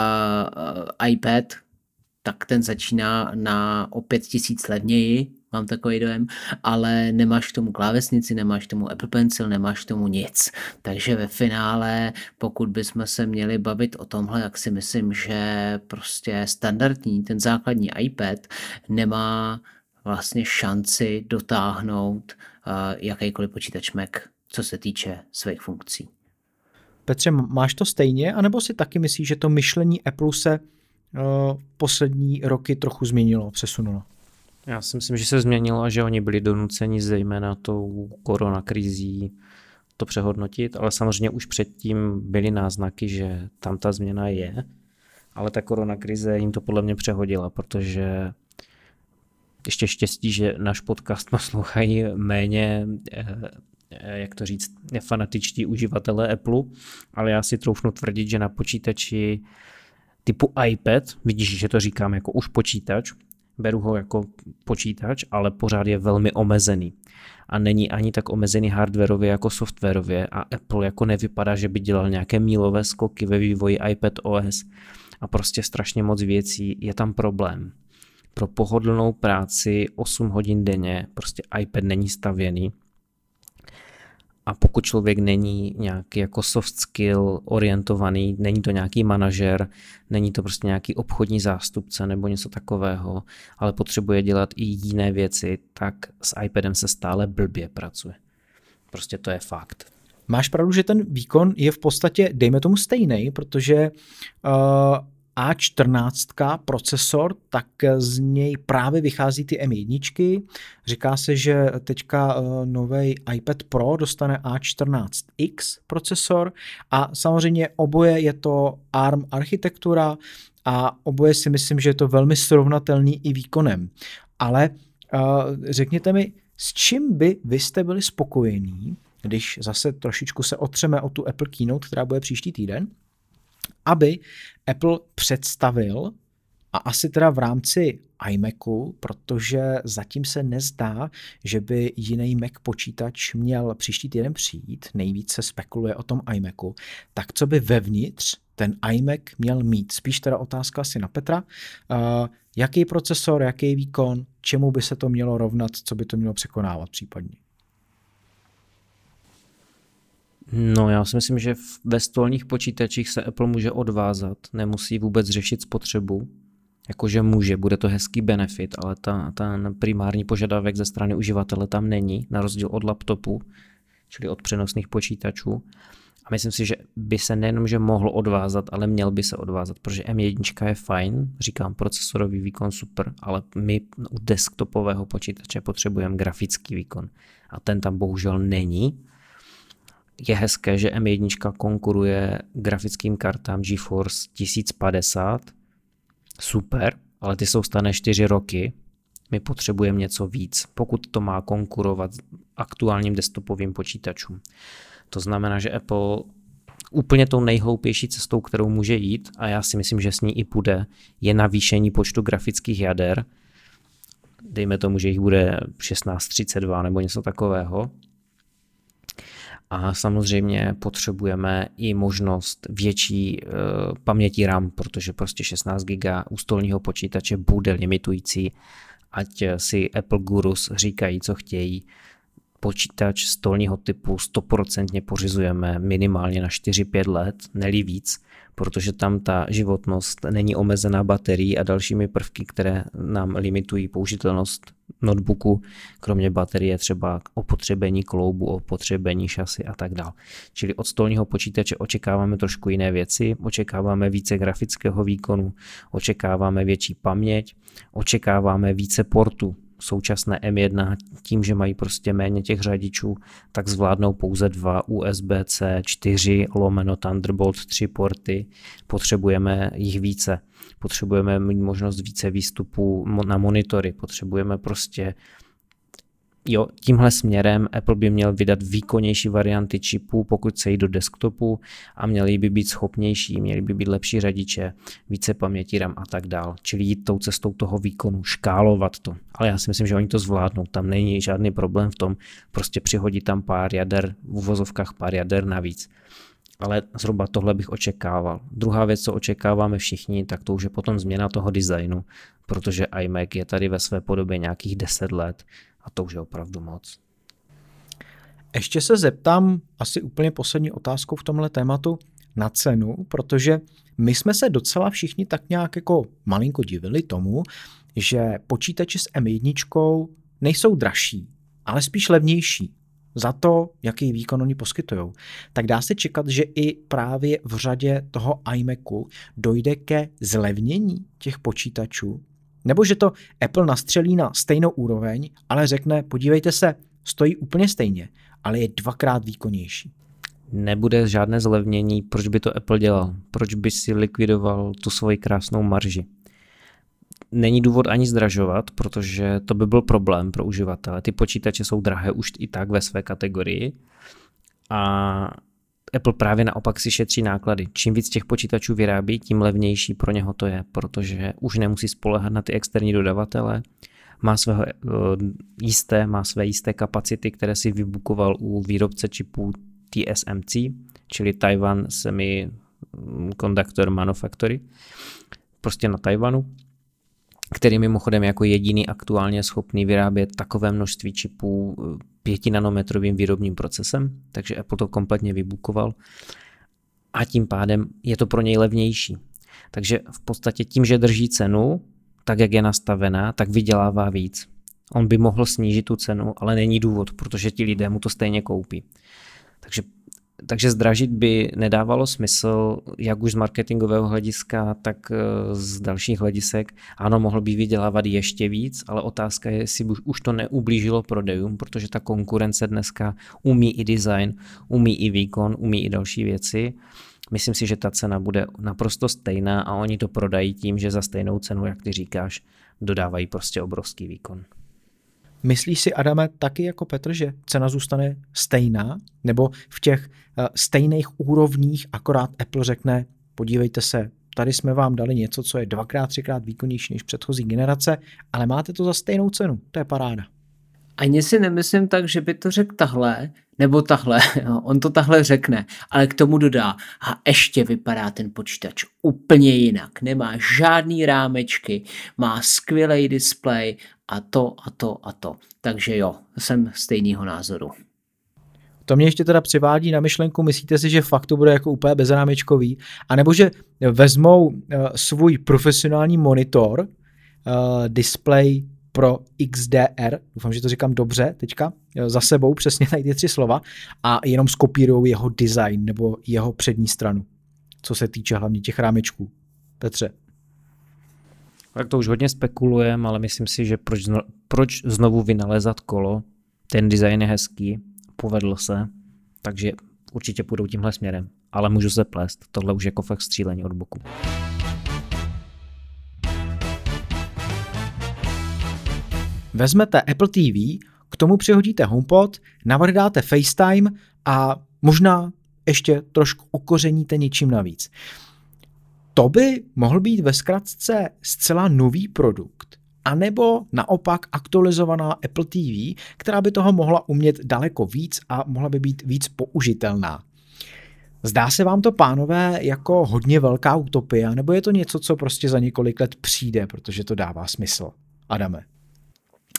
B: iPad, tak ten začíná o 5 000 levněji, mám takový dojem, ale nemáš k tomu klávesnici, nemáš k tomu Apple Pencil, nemáš k tomu nic. Takže ve finále, pokud bychom se měli bavit o tomhle, jak si myslím, že prostě standardní, ten základní iPad nemá vlastně šanci dotáhnout jakýkoliv počítač Mac, co se týče svých funkcí.
A: Petře, máš to stejně, anebo si taky myslíš, že to myšlení Apple se poslední roky trochu změnilo, přesunulo?
C: Já si myslím, že se změnilo a že oni byli donuceni zejména tou koronakrizí to přehodnotit, ale samozřejmě už předtím byly náznaky, že tam ta změna je, ale ta koronakrize jim to podle mě přehodila, protože ještě štěstí, že náš podcast poslouchají méně, jak to říct, fanatičtí uživatelé Apple, ale já si troufnu tvrdit, že na počítači typu iPad, vidíš, že to říkám jako už počítač, beru ho jako počítač, ale pořád je velmi omezený. A není ani tak omezený hardwarově jako softwarově a Apple jako nevypadá, že by dělal nějaké mílové skoky ve vývoji iPadOS a prostě strašně moc věcí, je tam problém. Pro pohodlnou práci 8 hodin denně prostě iPad není stavěný. A pokud člověk není nějaký jako soft skill orientovaný, není to nějaký manažer, není to prostě nějaký obchodní zástupce nebo něco takového, ale potřebuje dělat i jiné věci, tak s iPadem se stále blbě pracuje. Prostě to je fakt.
A: Máš pravdu, že ten výkon je v podstatě, dejme tomu stejný, protože A14 procesor, tak z něj právě vychází ty M1. Říká se, že teďka nový iPad Pro dostane A14X procesor a samozřejmě oboje je to ARM architektura a oboje si myslím, že je to velmi srovnatelný i výkonem. Ale řekněte mi, s čím by vy jste byli spokojení, když zase trošičku se otřeme o tu Apple Keynote, která bude příští týden, aby Apple představil, a asi teda v rámci iMacu, protože zatím se nezdá, že by jiný Mac počítač měl příští týden přijít, nejvíc se spekuluje o tom iMacu, tak co by vevnitř ten iMac měl mít? Spíš teda otázka asi na Petra. Jaký procesor, jaký výkon, čemu by se to mělo rovnat, co by to mělo překonávat případně?
C: No, já si myslím, že ve stolních počítačích se Apple může odvázat, nemusí vůbec řešit spotřebu, jakože může, bude to hezký benefit, ale ten primární požadavek ze strany uživatele tam není, na rozdíl od laptopu, čili od přenosných počítačů. A myslím si, že by se nejenom, že mohl odvázat, ale měl by se odvázat, protože M1 je fajn, říkám, procesorový výkon super, ale my u desktopového počítače potřebujeme grafický výkon a ten tam bohužel není. Je hezké, že M1 konkuruje grafickým kartám GeForce 1050, super, ale ty jsou staré 4 roky, my potřebujeme něco víc, pokud to má konkurovat aktuálním desktopovým počítačům. To znamená, že Apple úplně tou nejhloupější cestou, kterou může jít, a já si myslím, že s ní i půjde, je navýšení počtu grafických jader. Dejme tomu, že jich bude 1632 nebo něco takového. A samozřejmě potřebujeme i možnost větší paměti RAM, protože prostě 16 GB u stolního počítače bude limitující ať si Apple Gurus říkají, co chtějí. Počítač stolního typu 100% pořizujeme minimálně na 4-5 let, ne-li víc, protože tam ta životnost není omezená baterií a dalšími prvky, které nám limitují použitelnost notebooku, kromě baterie třeba opotřebení kloubu, opotřebení šasy a tak dále. Čili od stolního počítače očekáváme trošku jiné věci, očekáváme více grafického výkonu, očekáváme větší paměť, očekáváme více portů. Současné M1 tím, že mají prostě méně těch řadičů, tak zvládnou pouze 2 USB-C 4 / Thunderbolt 3 porty. Potřebujeme jich více. Potřebujeme mít možnost více výstupů na monitory. Potřebujeme prostě tímhle směrem Apple by měl vydat výkonnější varianty čipů, pokud se jít do desktopu, a měli by být schopnější, měli by být lepší řadiče, více paměti RAM a tak dál. Čili jít tou cestou toho výkonu, škálovat to. Ale já si myslím, že oni to zvládnou. Tam není žádný problém v tom, prostě přihodit tam pár jader, v uvozovkách pár jader navíc. Ale zhruba tohle bych očekával. Druhá věc, co očekáváme všichni, tak to už je potom změna toho designu, protože iMac je tady ve své podobě nějakých 10 let a to už je opravdu moc.
A: Ještě se zeptám asi úplně poslední otázkou v tomhle tématu na cenu, protože my jsme se docela všichni tak nějak jako malinko divili tomu, že počítače s M1 nejsou dražší, ale spíš levnější za to, jaký výkon oni poskytují. Tak dá se čekat, že i právě v řadě toho iMacu dojde ke zlevnění těch počítačů, nebo že to Apple nastřelí na stejnou úroveň, ale řekne, podívejte se, stojí úplně stejně, ale je 2x výkonnější.
C: Nebude žádné zlevnění, proč by to Apple dělal? Proč by si likvidoval tu svoji krásnou marži? Není důvod ani zdražovat, protože to by byl problém pro uživatele. Ty počítače jsou drahé už i tak ve své kategorii a Apple právě naopak si šetří náklady. Čím víc těch počítačů vyrábí, tím levnější pro něho to je, protože už nemusí spoléhat na ty externí dodavatele, má své jisté kapacity, které si vybukoval u výrobce čipů TSMC, čili Taiwan Semiconductor Manufactory, prostě na Tajvanu, který mimochodem jako jediný aktuálně schopný vyrábět takové množství čipů 5nanometrovým výrobním procesem, takže Apple to kompletně vybukoval a tím pádem je to pro něj levnější. Takže v podstatě tím, že drží cenu, tak jak je nastavená, tak vydělává víc. On by mohl snížit tu cenu, ale není důvod, protože ti lidé mu to stejně koupí. Takže zdražit by nedávalo smysl, jak už z marketingového hlediska, tak z dalších hledisek. Ano, mohl by vydělávat ještě víc, ale otázka je, jestli už to neublížilo prodejům, protože ta konkurence dneska umí i design, umí i výkon, umí i další věci. Myslím si, že ta cena bude naprosto stejná a oni to prodají tím, že za stejnou cenu, jak ty říkáš, dodávají prostě obrovský výkon.
A: Myslíš si, Adame, taky jako Petr, že cena zůstane stejná? Nebo v těch stejných úrovních akorát Apple řekne, podívejte se, tady jsme vám dali něco, co je 2x, 3x výkonnější než předchozí generace, ale máte to za stejnou cenu, to je paráda.
B: Ani si nemyslím tak, že by to řekl tahle, nebo tahle, on to tahle řekne, ale k tomu dodá, a ještě vypadá ten počítač úplně jinak, nemá žádný rámečky, má skvělý displej a to a to a to. Takže jo, jsem stejného názoru.
A: To mě ještě teda přivádí na myšlenku, myslíte si, že fakt to bude jako úplně bezrámečkový, anebo že vezmou svůj profesionální monitor, display pro XDR, doufám, že to říkám dobře teďka, za sebou přesně tady ty 3 slova, a jenom skopírujou jeho design nebo jeho přední stranu, co se týče hlavně těch rámečků. Petře.
C: Tak to už hodně spekulujeme, ale myslím si, že proč znovu vynalézat kolo, ten design je hezký, povedl se, takže určitě půjdou tímhle směrem, ale můžu se plést, tohle už jako fakt střílení od boku.
A: Vezmete Apple TV, k tomu přihodíte HomePod, navrdáte FaceTime a možná ještě trošku okořeníte něčím navíc. To by mohl být ve zkratce zcela nový produkt, anebo naopak aktualizovaná Apple TV, která by toho mohla umět daleko víc a mohla by být víc použitelná. Zdá se vám to, pánové, jako hodně velká utopie, nebo je to něco, co prostě za několik let přijde, protože to dává smysl? Adame.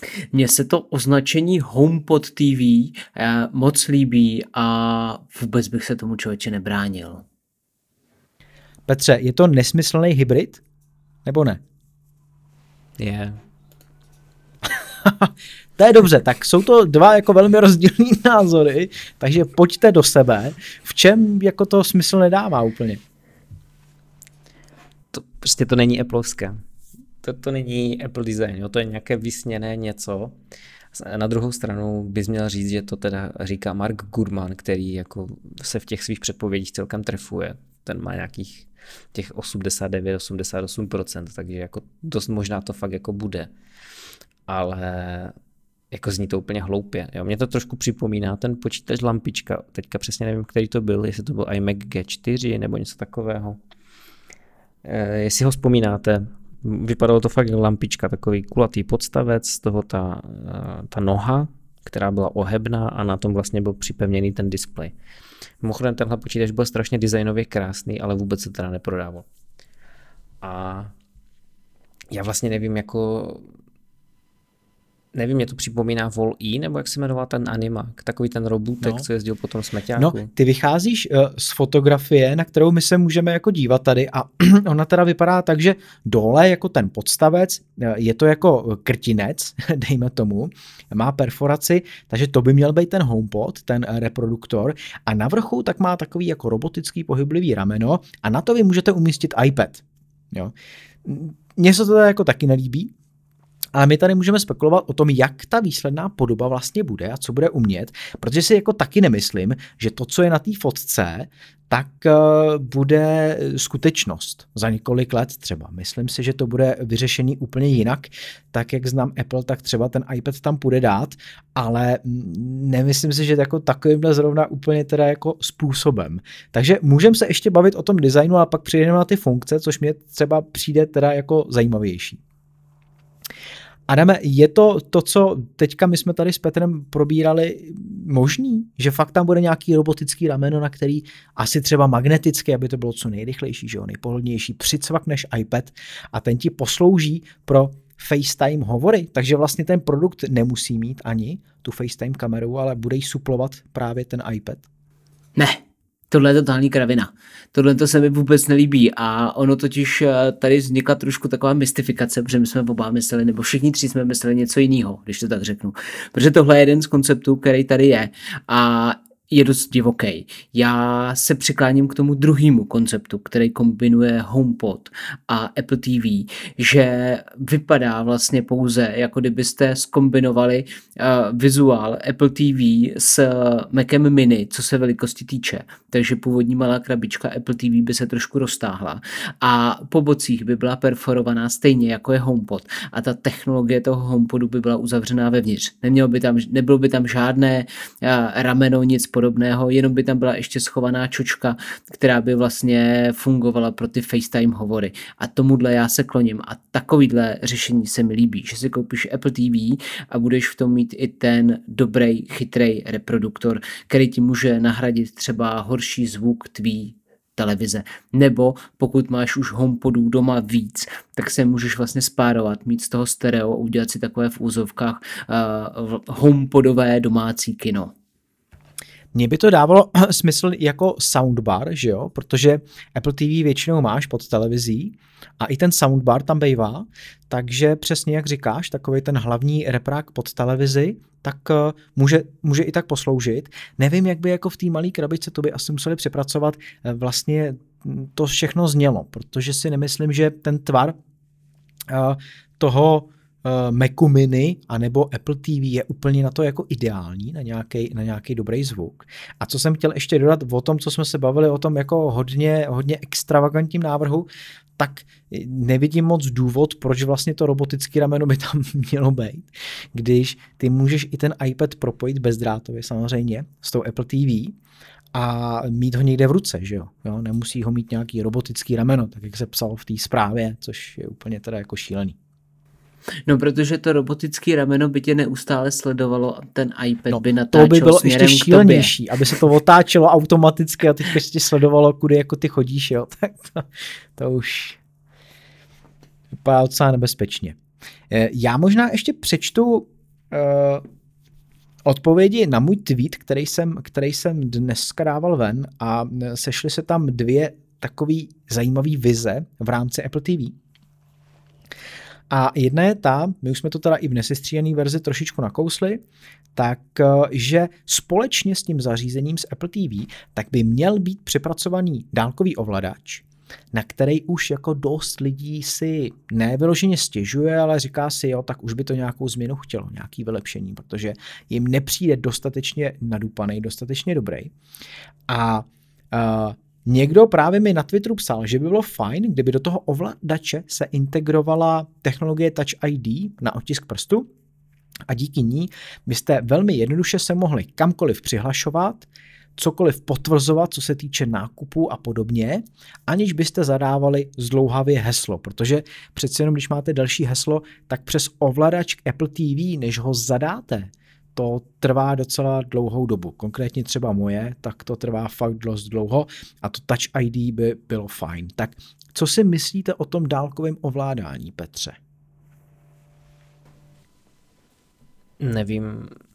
B: Mně se to označení HomePod TV moc líbí a vůbec bych se tomu člověče nebránil.
A: Petře, je to nesmyslný hybrid? Nebo ne?
C: Je.
A: To je dobře, tak jsou to dva jako velmi rozdílný názory, takže pojďte do sebe. V čem jako to smysl nedává úplně?
C: Prostě to není Appleovské. To není Apple design, jo? To je nějaké vysněné něco. Na druhou stranu bys měl říct, že to teda říká Mark Gurman, který jako se v těch svých předpovědích celkem trefuje. Ten má nějakých těch 89-88%, takže jako dost možná to fakt jako bude. Ale jako zní to úplně hloupě. Jo? Mě to trošku připomíná ten počítač lampička. Teďka přesně nevím, který to byl, jestli to byl iMac G4 nebo něco takového. Jestli ho vzpomínáte, vypadalo to fakt jako lampička, takový kulatý podstavec, z toho ta noha, která byla ohebná a na tom vlastně byl připevněný ten displej. Mimochodem tenhle počítač byl strašně designově krásný, ale vůbec se teda neprodával. A já vlastně nevím, mě to připomíná Wall-E, nebo jak se jmenoval ten animák, takový ten robůtek, co jezdil po tom smeťáku.
A: No, ty vycházíš z fotografie, na kterou my se můžeme jako dívat tady a ona teda vypadá tak, že dole jako ten podstavec, je to jako krtinec, dejme tomu, má perforaci, takže to by měl být ten HomePod, ten reproduktor a na vrchu tak má takový jako robotický pohyblivý rameno a na to vy můžete umístit iPad. Jo. Mně se to teda jako taky nelíbí, ale my tady můžeme spekulovat o tom, jak ta výsledná podoba vlastně bude a co bude umět, protože si jako taky nemyslím, že to, co je na té fotce, tak bude skutečnost za několik let třeba. Myslím si, že to bude vyřešený úplně jinak, tak jak znám Apple, tak třeba ten iPad tam půjde dát, ale nemyslím si, že jako takovýmhle zrovna úplně teda jako způsobem. Takže můžeme se ještě bavit o tom designu a pak přijdeme na ty funkce, což mě třeba přijde teda jako zajímavější. Adame, je to, co teďka my jsme tady s Petrem probírali, možný? Že fakt tam bude nějaký robotický rameno, na který asi třeba magneticky, aby to bylo co nejrychlejší, že jo, nejpohodlnější, přicvakneš iPad a ten ti poslouží pro FaceTime hovory, takže vlastně ten produkt nemusí mít ani tu FaceTime kameru, ale bude jí suplovat právě ten iPad?
B: Ne. Tohle je totální kravina. Tohle to se mi vůbec nelíbí a ono totiž tady vznikla trošku taková mystifikace, protože my jsme oba mysleli, nebo všichni tři jsme mysleli něco jiného, když to tak řeknu. Protože tohle je jeden z konceptů, který tady je a je dost divoký. Já se přikláním k tomu druhému konceptu, který kombinuje HomePod a Apple TV, že vypadá vlastně pouze, jako kdybyste zkombinovali vizuál Apple TV s Macem Mini, co se velikosti týče. Takže původní malá krabička Apple TV by se trošku roztáhla a po bocích by byla perforovaná stejně, jako je HomePod. A ta technologie toho HomePodu by byla uzavřená vevnitř. Nebylo by tam žádné rameno, nic podobného, jenom by tam byla ještě schovaná čočka, která by vlastně fungovala pro ty FaceTime hovory. A tomuhle já se kloním a takovýhle řešení se mi líbí, že si koupíš Apple TV a budeš v tom mít i ten dobrý, chytrý reproduktor, který ti může nahradit třeba horší zvuk tvý televize. Nebo pokud máš už HomePodů doma víc, tak se můžeš vlastně spárovat, mít z toho stereo a udělat si takové v úzovkách HomePodové domácí kino.
A: Mně by to dávalo smysl jako soundbar, že jo? Protože Apple TV většinou máš pod televizí a i ten soundbar tam bejvá, takže přesně jak říkáš, takový ten hlavní reprák pod televizi, tak může i tak posloužit. Nevím, jak by jako v té malé krabičce, to by asi museli přepracovat, vlastně to všechno znělo, protože si nemyslím, že ten tvar toho Macu Mini anebo Apple TV je úplně na to jako ideální, na nějaký dobrý zvuk. A co jsem chtěl ještě dodat o tom, co jsme se bavili o tom jako hodně extravagantním návrhu, tak nevidím moc důvod, proč vlastně to robotické rameno by tam mělo být, když ty můžeš i ten iPad propojit bezdrátově samozřejmě s tou Apple TV a mít ho někde v ruce, že jo? Nemusí ho mít nějaký robotický rameno, tak jak se psalo v té zprávě, což je úplně teda jako šílený.
B: No, protože to robotické rameno by tě neustále sledovalo a ten iPad by natáčel
A: to by bylo
B: směrem
A: ještě šílenější, aby se to otáčelo automaticky a teď prostě sledovalo, kudy jako ty chodíš, jo. Tak to už vypadá docela nebezpečně. Já možná ještě přečtu odpovědi na můj tweet, který jsem dneska dával ven a sešly se tam 2 takový zajímavý vize v rámci Apple TV. A jedna je ta, my už jsme to teda i v nesestříhané verzi trošičku nakousli, tak že společně s tím zařízením z Apple TV tak by měl být přepracovaný dálkový ovladač, na který už jako dost lidí si nevyloženě stěžuje, ale říká si, jo, tak už by to nějakou změnu chtělo, nějaký vylepšení, protože jim nepřijde dostatečně nadupaný, dostatečně dobrý. A někdo právě mi na Twitteru psal, že by bylo fajn, kdyby do toho ovladače se integrovala technologie Touch ID na otisk prstu a díky ní byste velmi jednoduše se mohli kamkoliv přihlašovat, cokoliv potvrzovat, co se týče nákupů a podobně, aniž byste zadávali zdlouhavě heslo, protože přece jenom, když máte další heslo, tak přes ovladač k Apple TV, než ho zadáte, to trvá docela dlouhou dobu. Konkrétně třeba moje, tak to trvá fakt dost dlouho a to Touch ID by bylo fajn. Tak co si myslíte o tom dálkovém ovládání, Petře?
C: Nevím,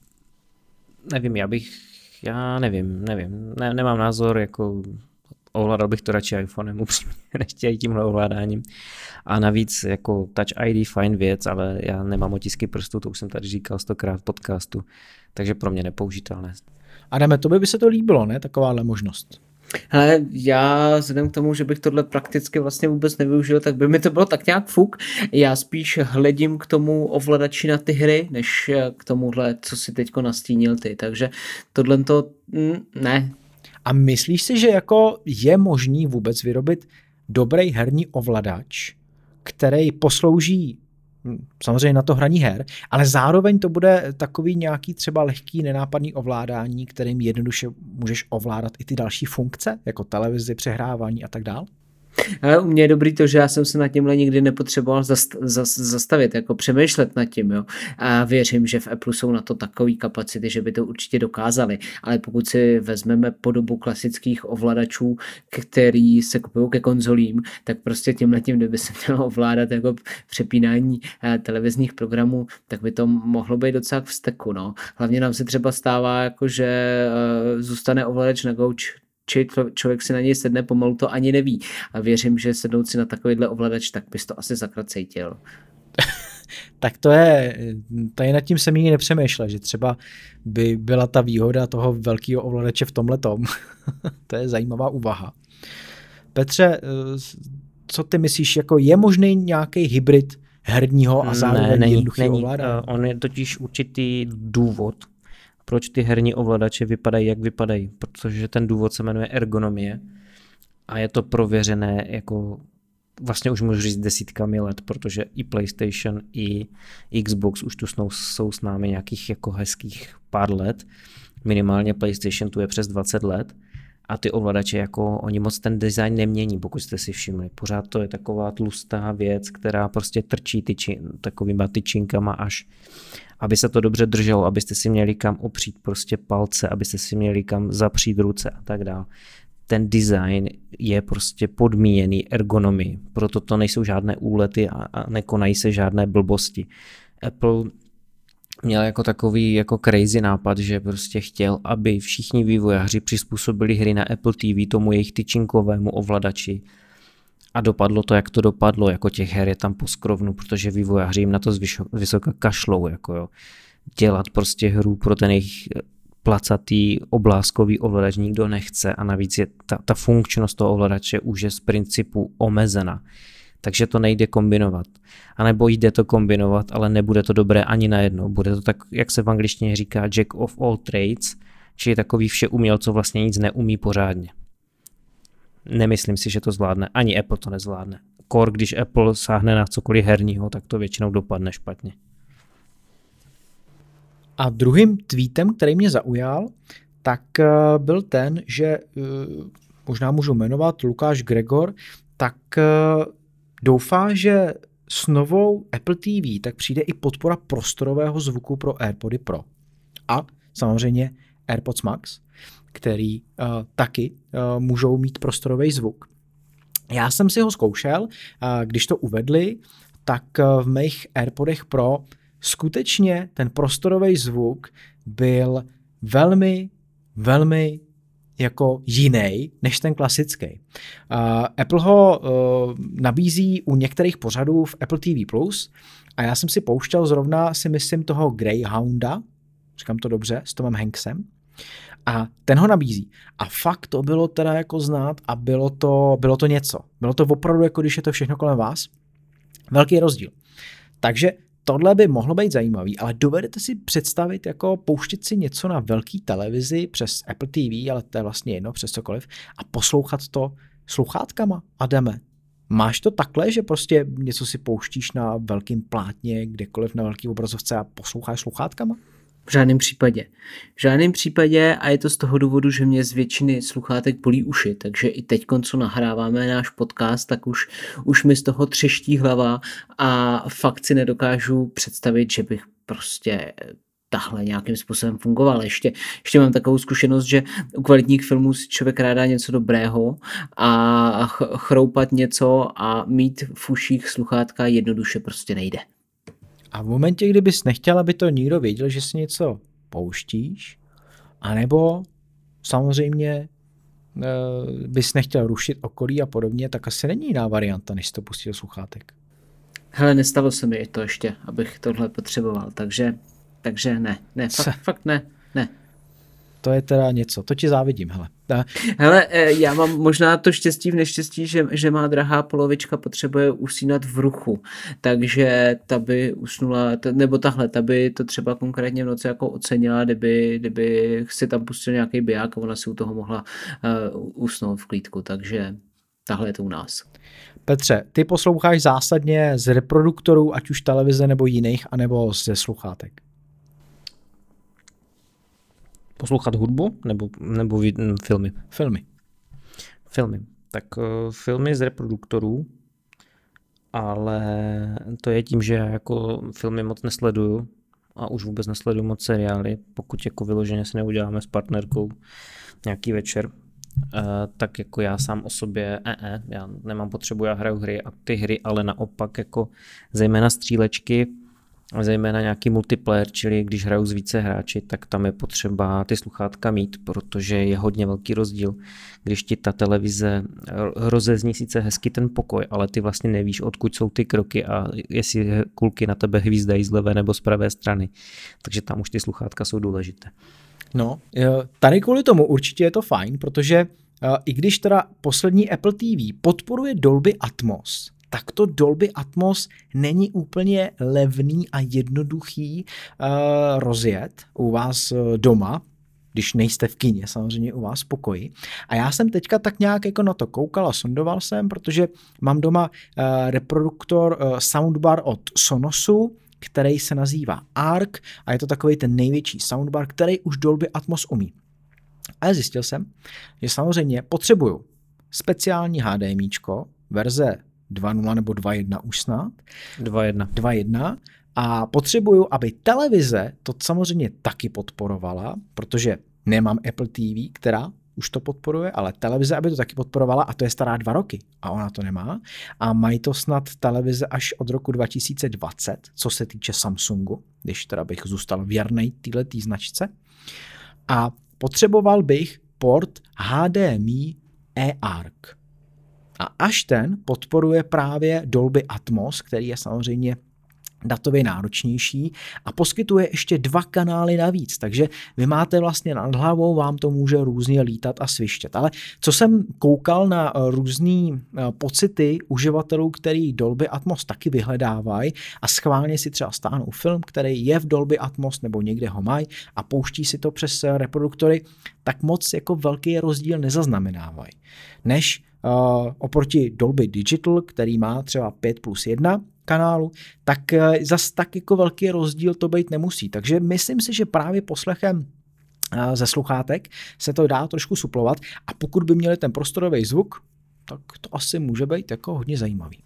C: já nevím, nemám názor, jako ovládal bych to radši iPhonem upřímně, než tímhle ovládáním. A navíc jako Touch ID fajn věc, ale já nemám otisky prstů, to už jsem tady říkal 100krát v podcastu, takže pro mě nepoužitelné.
A: Adame, to by se to líbilo, ne? Takováhle možnost.
B: Hele, já vzhledem k tomu, že bych tohle prakticky vlastně vůbec nevyužil, tak by mi to bylo tak nějak fuk. Já spíš hledím k tomu ovladači na ty hry, než k tomuhle, co si teďko nastínil ty, takže tohle to ne.
A: A myslíš si, že jako je možný vůbec vyrobit dobrý herní ovladač, který poslouží samozřejmě na to hraní her, ale zároveň to bude takový nějaký třeba lehký nenápadný ovládání, kterým jednoduše můžeš ovládat i ty další funkce, jako televizi, přehrávání a tak dál?
B: Ale u mě je dobrý to, že já jsem se nad tímhle nikdy nepotřeboval zastavit, jako přemýšlet nad tím, jo. A věřím, že v Apple jsou na to takové kapacity, že by to určitě dokázali. Ale pokud si vezmeme podobu klasických ovladačů, který se kupují ke konzolím, tak prostě tímhletím, kdyby se mělo ovládat jako přepínání televizních programů, tak by to mohlo být docela v steku, no. Hlavně nám se třeba stává, jako že zůstane ovladač na gauč, či člověk si na něj sedne, pomalu to ani neví. A věřím, že sednout si na takovýhle ovladač, tak bys to asi zakrát cítil.
A: Tak to je nad tím jsem nikdy nepřemýšlel, že třeba by byla ta výhoda toho velkého ovladače v tomhletom. To je zajímavá úvaha. Petře, co ty myslíš, jako je možný nějaký hybrid herního a zároveň jednoduchého ovládání?
C: On je totiž určitý důvod, proč ty herní ovladače vypadají, jak vypadají, protože ten důvod se jmenuje ergonomie a je to prověřené jako vlastně už můžu říct desítkami let, protože i PlayStation, i Xbox už tu jsou s námi nějakých jako hezkých pár let, minimálně PlayStation tu je přes 20 let a ty ovladače jako oni moc ten design nemění, pokud jste si všimli. Pořád to je taková tlustá věc, která prostě trčí takovýma tyčinkama až aby se to dobře drželo, abyste si měli kam opřít prostě palce, abyste si měli kam zapřít ruce a tak dále. Ten design je prostě podmíněný ergonomii, proto to nejsou žádné úlety a nekonají se žádné blbosti. Apple měl jako takový jako crazy nápad, že prostě chtěl, aby všichni vývojáři přizpůsobili hry na Apple TV tomu jejich tyčinkovému ovladači. A dopadlo to, jak to dopadlo, jako těch her je tam po skrovnu, protože vývojáři jim na to vysoka kašlou, jako jo. Dělat prostě hru pro ten jejich placatý obláskový ovladač nikdo nechce a navíc je ta funkčnost toho ovladače už je z principu omezena. Takže to nejde kombinovat. A nebo jde to kombinovat, ale nebude to dobré ani najednou. Bude to tak, jak se v angličtině říká jack of all trades, čili takový všeuměl, co vlastně nic neumí pořádně. Nemyslím si, že to zvládne. Ani Apple to nezvládne. Kor, když Apple sáhne na cokoliv herního, tak to většinou dopadne špatně.
A: A druhým tweetem, který mě zaujal, tak byl ten, že možná můžu jmenovat Lukáš Gregor, tak doufá, že s novou Apple TV tak přijde i podpora prostorového zvuku pro AirPody Pro. A samozřejmě AirPods Max, který taky můžou mít prostorový zvuk. Já jsem si ho zkoušel, když to uvedli, tak v mých AirPodech Pro skutečně ten prostorový zvuk byl velmi, velmi jako jiný než ten klasický. Apple ho nabízí u některých pořadů v Apple TV+, a já jsem si pouštěl zrovna, si myslím, toho Greyhounda, říkám to dobře, s Tomem Hanksem, a ten ho nabízí. A fakt to bylo teda jako znát a bylo to něco. Bylo to opravdu, jako když je to všechno kolem vás. Velký rozdíl. Takže tohle by mohlo být zajímavý, ale dovedete si představit, jako pouštět si něco na velký televizi přes Apple TV, ale to je vlastně jedno, přes cokoliv, a poslouchat to sluchátkama, Adame. Máš to takhle, že prostě něco si pouštíš na velkým plátně, kdekoliv na velký obrazovce a posloucháš sluchátkama?
B: V žádném případě. V žádném případě a je to z toho důvodu, že mě z většiny sluchátek bolí uši, takže i teď, co nahráváme náš podcast, tak už mi z toho třeští hlava a fakt si nedokážu představit, že bych prostě tahle nějakým způsobem fungoval. Ještě mám takovou zkušenost, že u kvalitních filmů si člověk rád dá něco dobrého a chroupat něco a mít v uších sluchátka jednoduše prostě nejde.
A: A v momentě, kdybys nechtěl, aby to nikdo věděl, že si něco pouštíš, anebo samozřejmě bys nechtěl rušit okolí a podobně, tak asi není jiná varianta, než to pustit do sluchátek.
B: Hele, nestalo se mi i to ještě, abych tohle potřeboval, takže ne, fakt ne.
A: To je teda něco, to ti závidím, hele.
B: Hele, já mám možná to štěstí v neštěstí, že má drahá polovička potřebuje usínat v ruchu, takže ta by usnula, nebo ta by to třeba konkrétně v noci jako ocenila, kdyby si tam pustil nějaký biják a ona si u toho mohla usnout v klídku, takže tahle je to u nás.
A: Petře, ty posloucháš zásadně z reproduktorů, ať už televize nebo jiných, anebo ze sluchátek?
C: Poslouchat hudbu nebo filmy? Filmy. Tak filmy z reproduktorů, ale to je tím, že já jako filmy moc nesleduju a už vůbec nesleduju moc seriály, pokud jako vyloženě si neuděláme s partnerkou nějaký večer, tak jako já sám o sobě, já nemám potřebu, já hraju hry a ty hry, ale naopak jako zejména střílečky, zejména nějaký multiplayer, čili když hraju s více hráči, tak tam je potřeba ty sluchátka mít, protože je hodně velký rozdíl, když ti ta televize rozezní sice hezky ten pokoj, ale ty vlastně nevíš, odkud jsou ty kroky a jestli kulky na tebe hvízdají z levé nebo z pravé strany. Takže tam už ty sluchátka jsou důležité.
A: No, tady kvůli tomu určitě je to fajn, protože i když teda poslední Apple TV podporuje Dolby Atmos, tak to Dolby Atmos není úplně levný a jednoduchý rozjet u vás doma, když nejste v kině, samozřejmě u vás v pokoji. A já jsem teďka tak nějak jako na to koukal a sondoval jsem, protože mám doma reproduktor soundbar od Sonosu, který se nazývá ARC a je to takový ten největší soundbar, který už Dolby Atmos umí. A zjistil jsem, že samozřejmě potřebuju speciální HDMIčko, verze 2.0 nebo 2.1 už snad. 2.1. A potřebuju, aby televize to samozřejmě taky podporovala, protože nemám Apple TV, která už to podporuje, ale televize, aby to taky podporovala, a to je stará 2 roky a ona to nemá. A mají to snad televize až od roku 2020, co se týče Samsungu, když teda bych zůstal věrnej této značce. A potřeboval bych port HDMI eARC. A až ten podporuje právě Dolby Atmos, který je samozřejmě datově náročnější a poskytuje ještě 2 kanály navíc, takže vy máte vlastně nad hlavou, vám to může různě lítat a svištět. Ale co jsem koukal na různý pocity uživatelů, který Dolby Atmos taky vyhledávají a schválně si třeba stáhnou film, který je v Dolby Atmos nebo někde ho mají a pouští si to přes reproduktory, tak moc jako velký rozdíl nezaznamenávají. Než oproti Dolby Digital, který má třeba 5+1 kanálu, tak zas tak jako velký rozdíl to být nemusí. Takže myslím si, že právě poslechem ze sluchátek se to dá trošku suplovat a pokud by měli ten prostorový zvuk, tak to asi může být jako hodně zajímavý.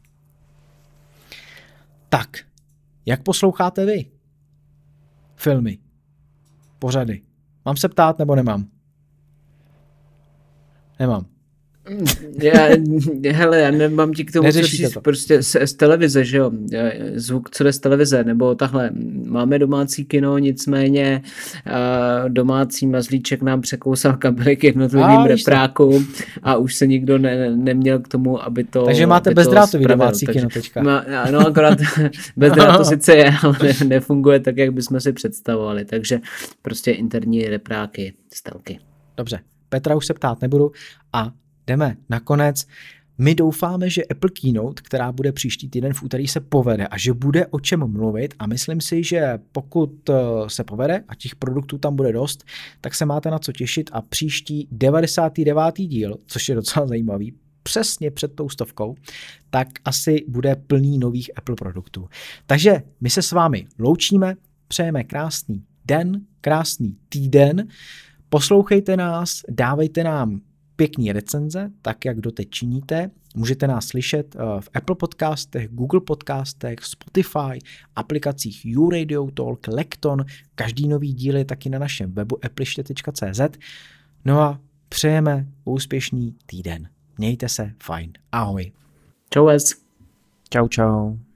A: Tak, jak posloucháte vy filmy, pořady? Mám se ptát nebo nemám? Nemám.
B: Já nemám ti k tomu co říct, prostě z televize, že jo, zvuk, co jde z televize, nebo takhle, máme domácí kino, nicméně domácí mazlíček nám překousal kabely k jednotlivým reprákům a už se nikdo neměl k tomu, aby to...
A: Takže máte bezdrátový domácí kino teďka.
B: No akorát bezdráto sice je, ale nefunguje tak, jak bychom si představovali, takže prostě interní repráky, stelky.
A: Dobře, Petra už se ptát nebudu a jdeme nakonec. My doufáme, že Apple Keynote, která bude příští týden v úterý, se povede a že bude o čem mluvit a myslím si, že pokud se povede a těch produktů tam bude dost, tak se máte na co těšit a příští 99. díl, což je docela zajímavý, přesně před tou 100, tak asi bude plný nových Apple produktů. Takže my se s vámi loučíme, přejeme krásný den, krásný týden, poslouchejte nás, dávejte nám pěkný recenze, tak jak doteď činíte. Můžete nás slyšet v Apple podcastech, Google podcastech, Spotify, aplikacích YouRadio Talk, Lekton. Každý nový díl je taky na našem webu appliště.cz. No a přejeme úspěšný týden. Mějte se fajn. Ahoj.
B: Čau.
C: Čau.